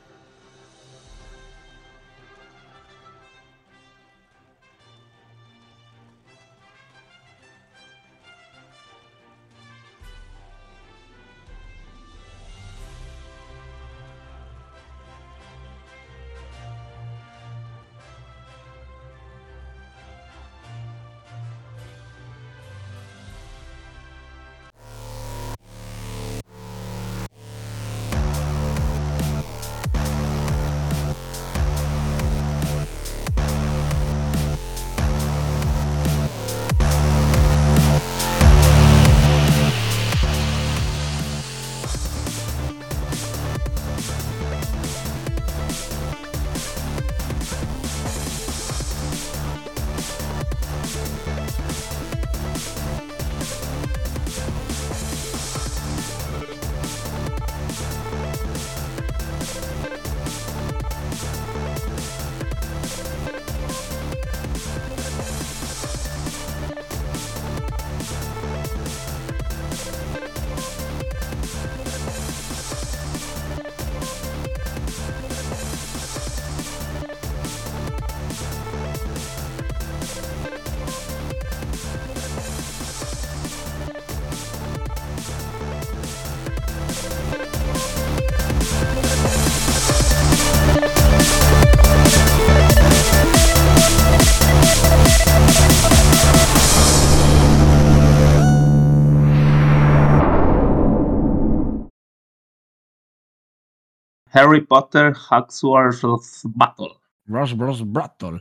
Harry Potter Hogwarts Battle. Bros Bros Battle.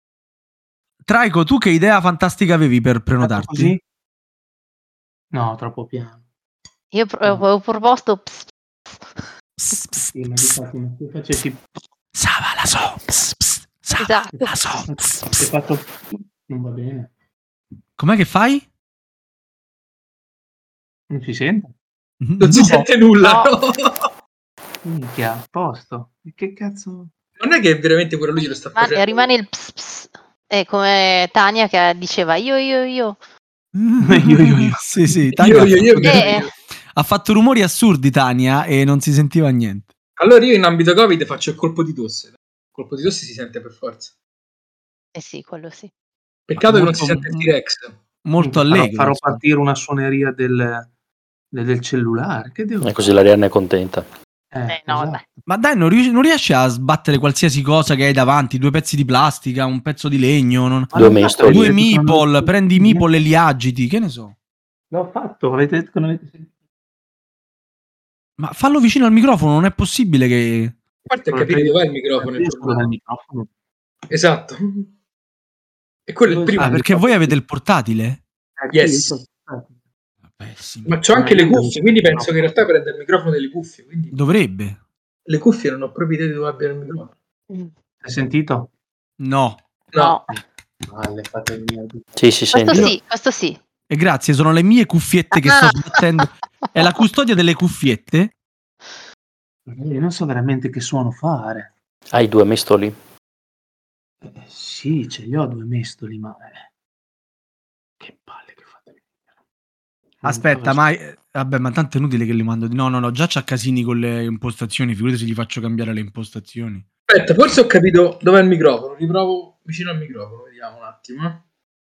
Traico, tu che idea fantastica avevi per prenotarti? Così? No, troppo piano. Io pro- avevo proposto ps- Pss, pss, Sì, ma pss. difatti, ma tu facessi. Sava la so. Pss, pss. Sava Esatto. la so. Pss, Hai pss. fatto. Non va bene. Com'è che fai? Non si sente? Non si No. sente nulla. No. no. Minchia, a posto. E che cazzo? Non è che veramente quello lì lo sta rimane, facendo. rimane il ps, ps. È come Tania che diceva io, io, io. io, io, io. Sì, sì. Io, Tania ha io, io, fatto io, Eh, io. ha fatto rumori assurdi Tania e non si sentiva niente. Allora io in ambito Covid faccio il colpo di tosse. Il colpo di tosse si sente per forza. Eh sì, quello sì. Peccato molto, che non si sente il T-Rex. Molto farò, allegro. farò partire una suoneria del, del, del cellulare. Che devo E fare? così l'Arianna è contenta. Eh, Eh, no, esatto. dai. Ma dai, non riesci, non riesci a sbattere qualsiasi cosa che hai davanti? Due pezzi di plastica, un pezzo di legno, non... Due mestoli. due meeple, prendi i meeple e li agiti, che ne so. L'ho fatto, avete detto che non avete sentito. Ma fallo vicino al microfono, non è possibile che... A parte a capire dov'è il microfono. Il Dov'è il microfono? Esatto. E quello è il primo. Ah, perché voi avete il portatile? Eh, Yes. Pessimo. Ma c'ho anche le cuffie, quindi penso che in realtà prenda il microfono delle cuffie. Quindi Dovrebbe. le cuffie non ho proprio idea di dove abbia il microfono. Hai sentito? No. No. Vale, fate via. Sì, si Questo sente. sì, questo sì. E grazie, sono le mie cuffiette che sto Ah. sbattendo. È la custodia delle cuffiette? Io non so veramente che suono fare. Hai due mestoli? Eh, sì, ce li ho due mestoli, ma... Eh. Che palle che fate. Aspetta, ma... Vabbè, ma tanto è inutile che li mando... di- No, no, no, già c'ha casini con le impostazioni, figurati se gli faccio cambiare le impostazioni. Aspetta, forse ho capito dov'è il microfono. Riprovo vicino al microfono, vediamo un attimo. eh.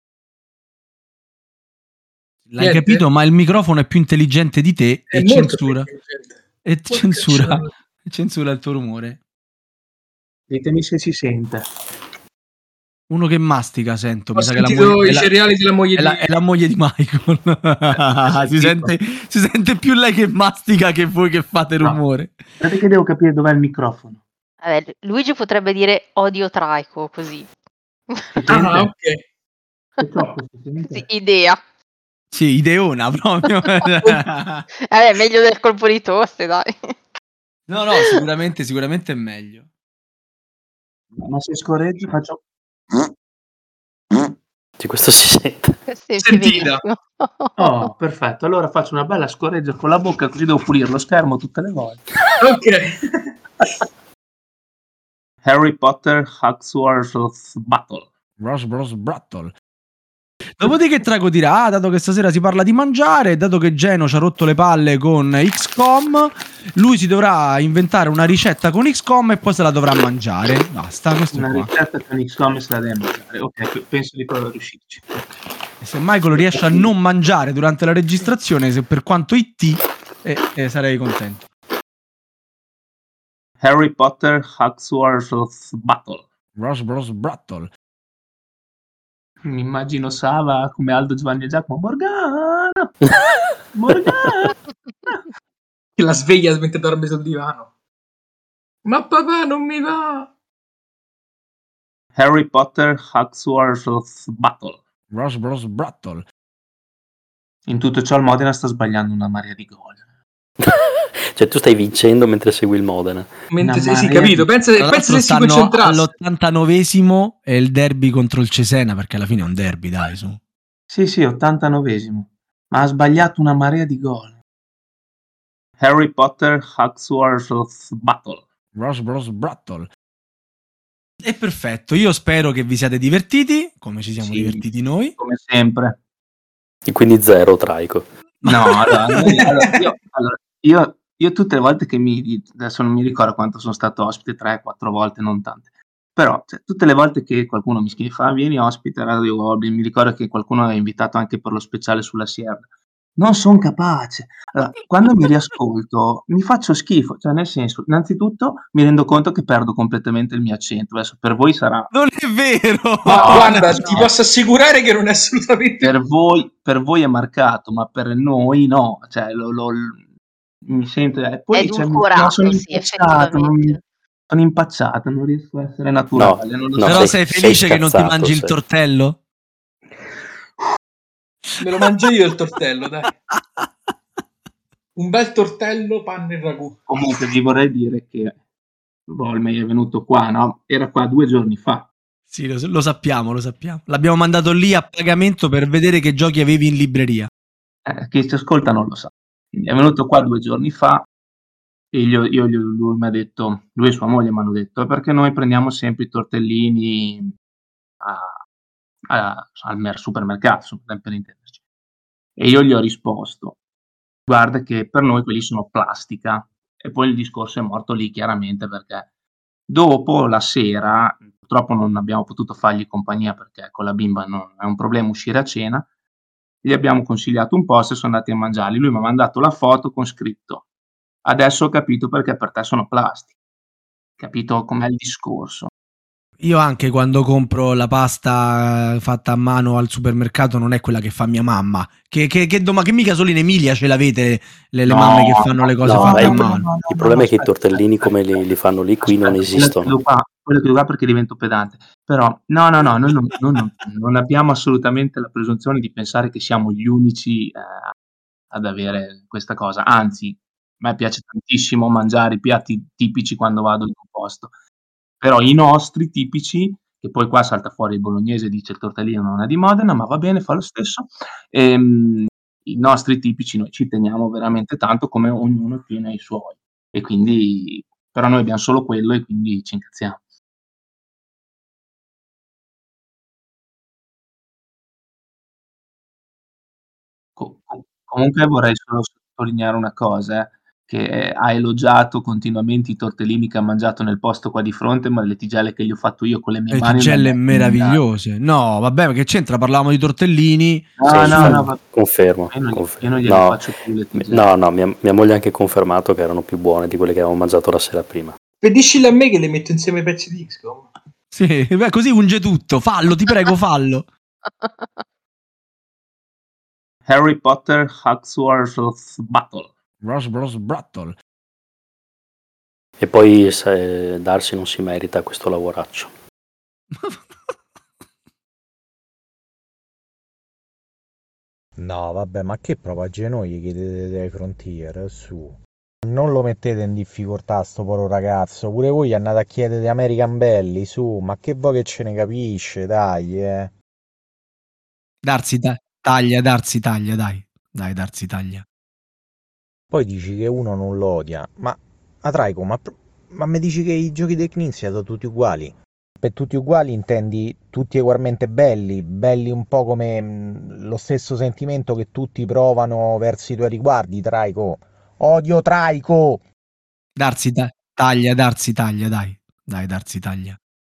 L'hai Niente? capito? Ma il microfono è più intelligente di te È e molto censura. più intelligente. E Porca censura, cacciata. censura il tuo rumore. Ditemi se si sente. Uno che mastica, sento. Ho Mi sa che la sentito moglie, i è, la, cereali della moglie è, di... la, è la moglie di Michael. si, sente, si sente più lei che mastica che voi che fate No. rumore. Guardate che devo capire dov'è il microfono. Vabbè, Luigi potrebbe dire odio traico, così. Ah, ok. Che troppo si sente? Sì, idea. Sì, ideona proprio. Vabbè, meglio del colpo di tosse, dai. No, no, sicuramente, sicuramente è meglio. Ma se scorreggi faccio... Sì, questo si sente. Senti Sentita. benissimo. Oh, perfetto. Allora faccio una bella scorreggia con la bocca, così devo pulire lo schermo tutte le volte. Ok. Harry Potter Hogwarts Battle. Bros Bros Brattle. Dopodiché Trago dirà: ah, dato che stasera si parla di mangiare, dato che Geno ci ha rotto le palle con X COM, lui si dovrà inventare una ricetta con X COM e poi se la dovrà mangiare. Basta, questo Una è qua. ricetta con X COM se la devi mangiare. Ok, penso di poter riuscirci. E se Michael riesce a non mangiare durante la registrazione, se per quanto I T, eh, eh, sarei contento. Harry Potter Hogwarts Battle. Bros Bros Brattle. Mi immagino Sava come Aldo, Giovanni e Giacomo. Morgana! Morgana! Che la sveglia mentre dorme sul divano. Ma papà non mi va. Harry Potter Hogwarts Battle. Bros Bros Brattle. In tutto ciò il Modena sta sbagliando una marea di gol. Cioè tu stai vincendo mentre segui il Modena. Mentre Una sei, sì, marea capito. di- Pensa, Tra pensa l'altro se si stanno concentrasse. all'ottantanovesimo è il derby contro il Cesena, perché alla fine è un derby, dai, su. Sì, sì, ottantanovesimo. Ma ha sbagliato una marea di gol. Harry Potter Hogwarts Battle. Bros Bros Brattle. È perfetto, io spero che vi siate divertiti, come ci siamo Sì. divertiti noi. Come sempre. E quindi zero traico. No, allora, noi- allora, io, allora, io, io tutte le volte che mi... Adesso non mi ricordo quanto sono stato ospite, tre, quattro volte, non tante. Però, cioè, tutte le volte che qualcuno mi scrive, fa, vieni ospite a Radio Goblin, mi ricordo che qualcuno ha invitato anche per lo speciale sulla Sierra. Non sono capace. Allora, quando mi riascolto mi faccio schifo, cioè nel senso, innanzitutto mi rendo conto che perdo completamente il mio accento. Adesso per voi sarà... Non è vero! Ma No, guarda, no. ti posso assicurare che non è assolutamente... Per voi, per voi è marcato, ma per noi no. Cioè, lo, lo- mi sento... eh, poi, cioè, mi- Edulcorato, no, sono sì, impacciato, non, effettivamente. sono impacciato, non riesco a essere naturale. non lo no, so. Però sei- sei felice sei che non ti scazzato, mangi il sei. tortello? Me lo mangio io il tortello, dai. Un bel tortello, panna e ragù. Comunque vi vorrei dire che Volmei è venuto qua, no? Era qua due giorni fa. Sì, lo, lo sappiamo, lo sappiamo. L'abbiamo mandato lì a pagamento per vedere che giochi avevi in libreria. Eh, chi ci ascolta non lo sa. Quindi è venuto qua due giorni fa e io, io- lui mi ha detto, lui e sua moglie mi hanno detto, "È perché noi prendiamo sempre i tortellini a- a- al mer- supermercato, insomma, per intenderci." E io gli ho risposto, guarda che per noi quelli sono plastica. E poi il discorso è morto lì chiaramente, perché dopo la sera, purtroppo non abbiamo potuto fargli compagnia perché con la bimba non è un problema uscire a cena, gli abbiamo consigliato un posto e sono andati a mangiarli. Lui mi ha mandato la foto con scritto: "Adesso ho capito perché per te sono plastica". Capito com'è il discorso? Io anche quando compro la pasta fatta a mano al supermercato non è quella che fa mia mamma. Che, che, che, doma- che mica solo in Emilia ce l'avete le, le No, mamme che fanno le cose No, fatte ma a il, mano. no, no, il no, problema no, è che i aspetta, tortellini aspetta, come li, li fanno lì qui non aspetta, quello che esistono. chiudo qua, quello che chiudo qua perché divento pedante. Però, no, no, no, noi non, noi non- non abbiamo assolutamente la presunzione di pensare che siamo gli unici eh, ad avere questa cosa. Anzi, a me piace tantissimo mangiare i piatti tipici quando vado in un posto. Però i nostri tipici, che poi qua salta fuori il bolognese e dice il tortellino non è di Modena, ma va bene, fa lo stesso. Ehm, I nostri tipici noi ci teniamo veramente tanto, come ognuno tiene i suoi. E quindi, però noi abbiamo solo quello e quindi ci incazziamo. Co- co- comunque vorrei solo sottolineare una cosa, eh, che ha elogiato continuamente i tortellini che ha mangiato nel posto qua di fronte, ma le tigelle che gli ho fatto io con le mie Le mani non le tigelle ha mangiate. meravigliose. No, vabbè, ma che c'entra? Parlavamo di tortellini. Sì, No, no, infa- no, va- confermo, io non, gli- io confermo. non gliele No, faccio più le mi- tigelle. no, no, mia, mia moglie ha anche confermato che erano più buone di quelle che avevamo mangiato la sera prima. Pediscile a me che le metto insieme ai pezzi di X COM. Sì, beh, così unge tutto. Fallo, ti prego, fallo. Harry Potter Hogwarts Battle. Bros Bros Brattle. E poi se Darsi non si merita questo lavoraccio. No, vabbè, ma che proprio a noi gli chiedete dei Frontier, su. Non lo mettete in difficoltà sto povero ragazzo, pure voi andate a chiedere American Belli, su, ma che vuoi che ce ne capisce, dai, eh. Darsi ta- taglia, Darsi taglia, dai. Dai, Darsi taglia. Poi dici che uno non lo odia, ma Atraico, ma, ma mi dici che i giochi del Knicks sono tutti uguali? Per tutti uguali intendi tutti ugualmente belli, belli un po' come mh, lo stesso sentimento che tutti provano verso i tuoi riguardi, Traico. Odio Traico! Darsi ta- taglia, Darsi taglia, dai. Dai, Darsi taglia.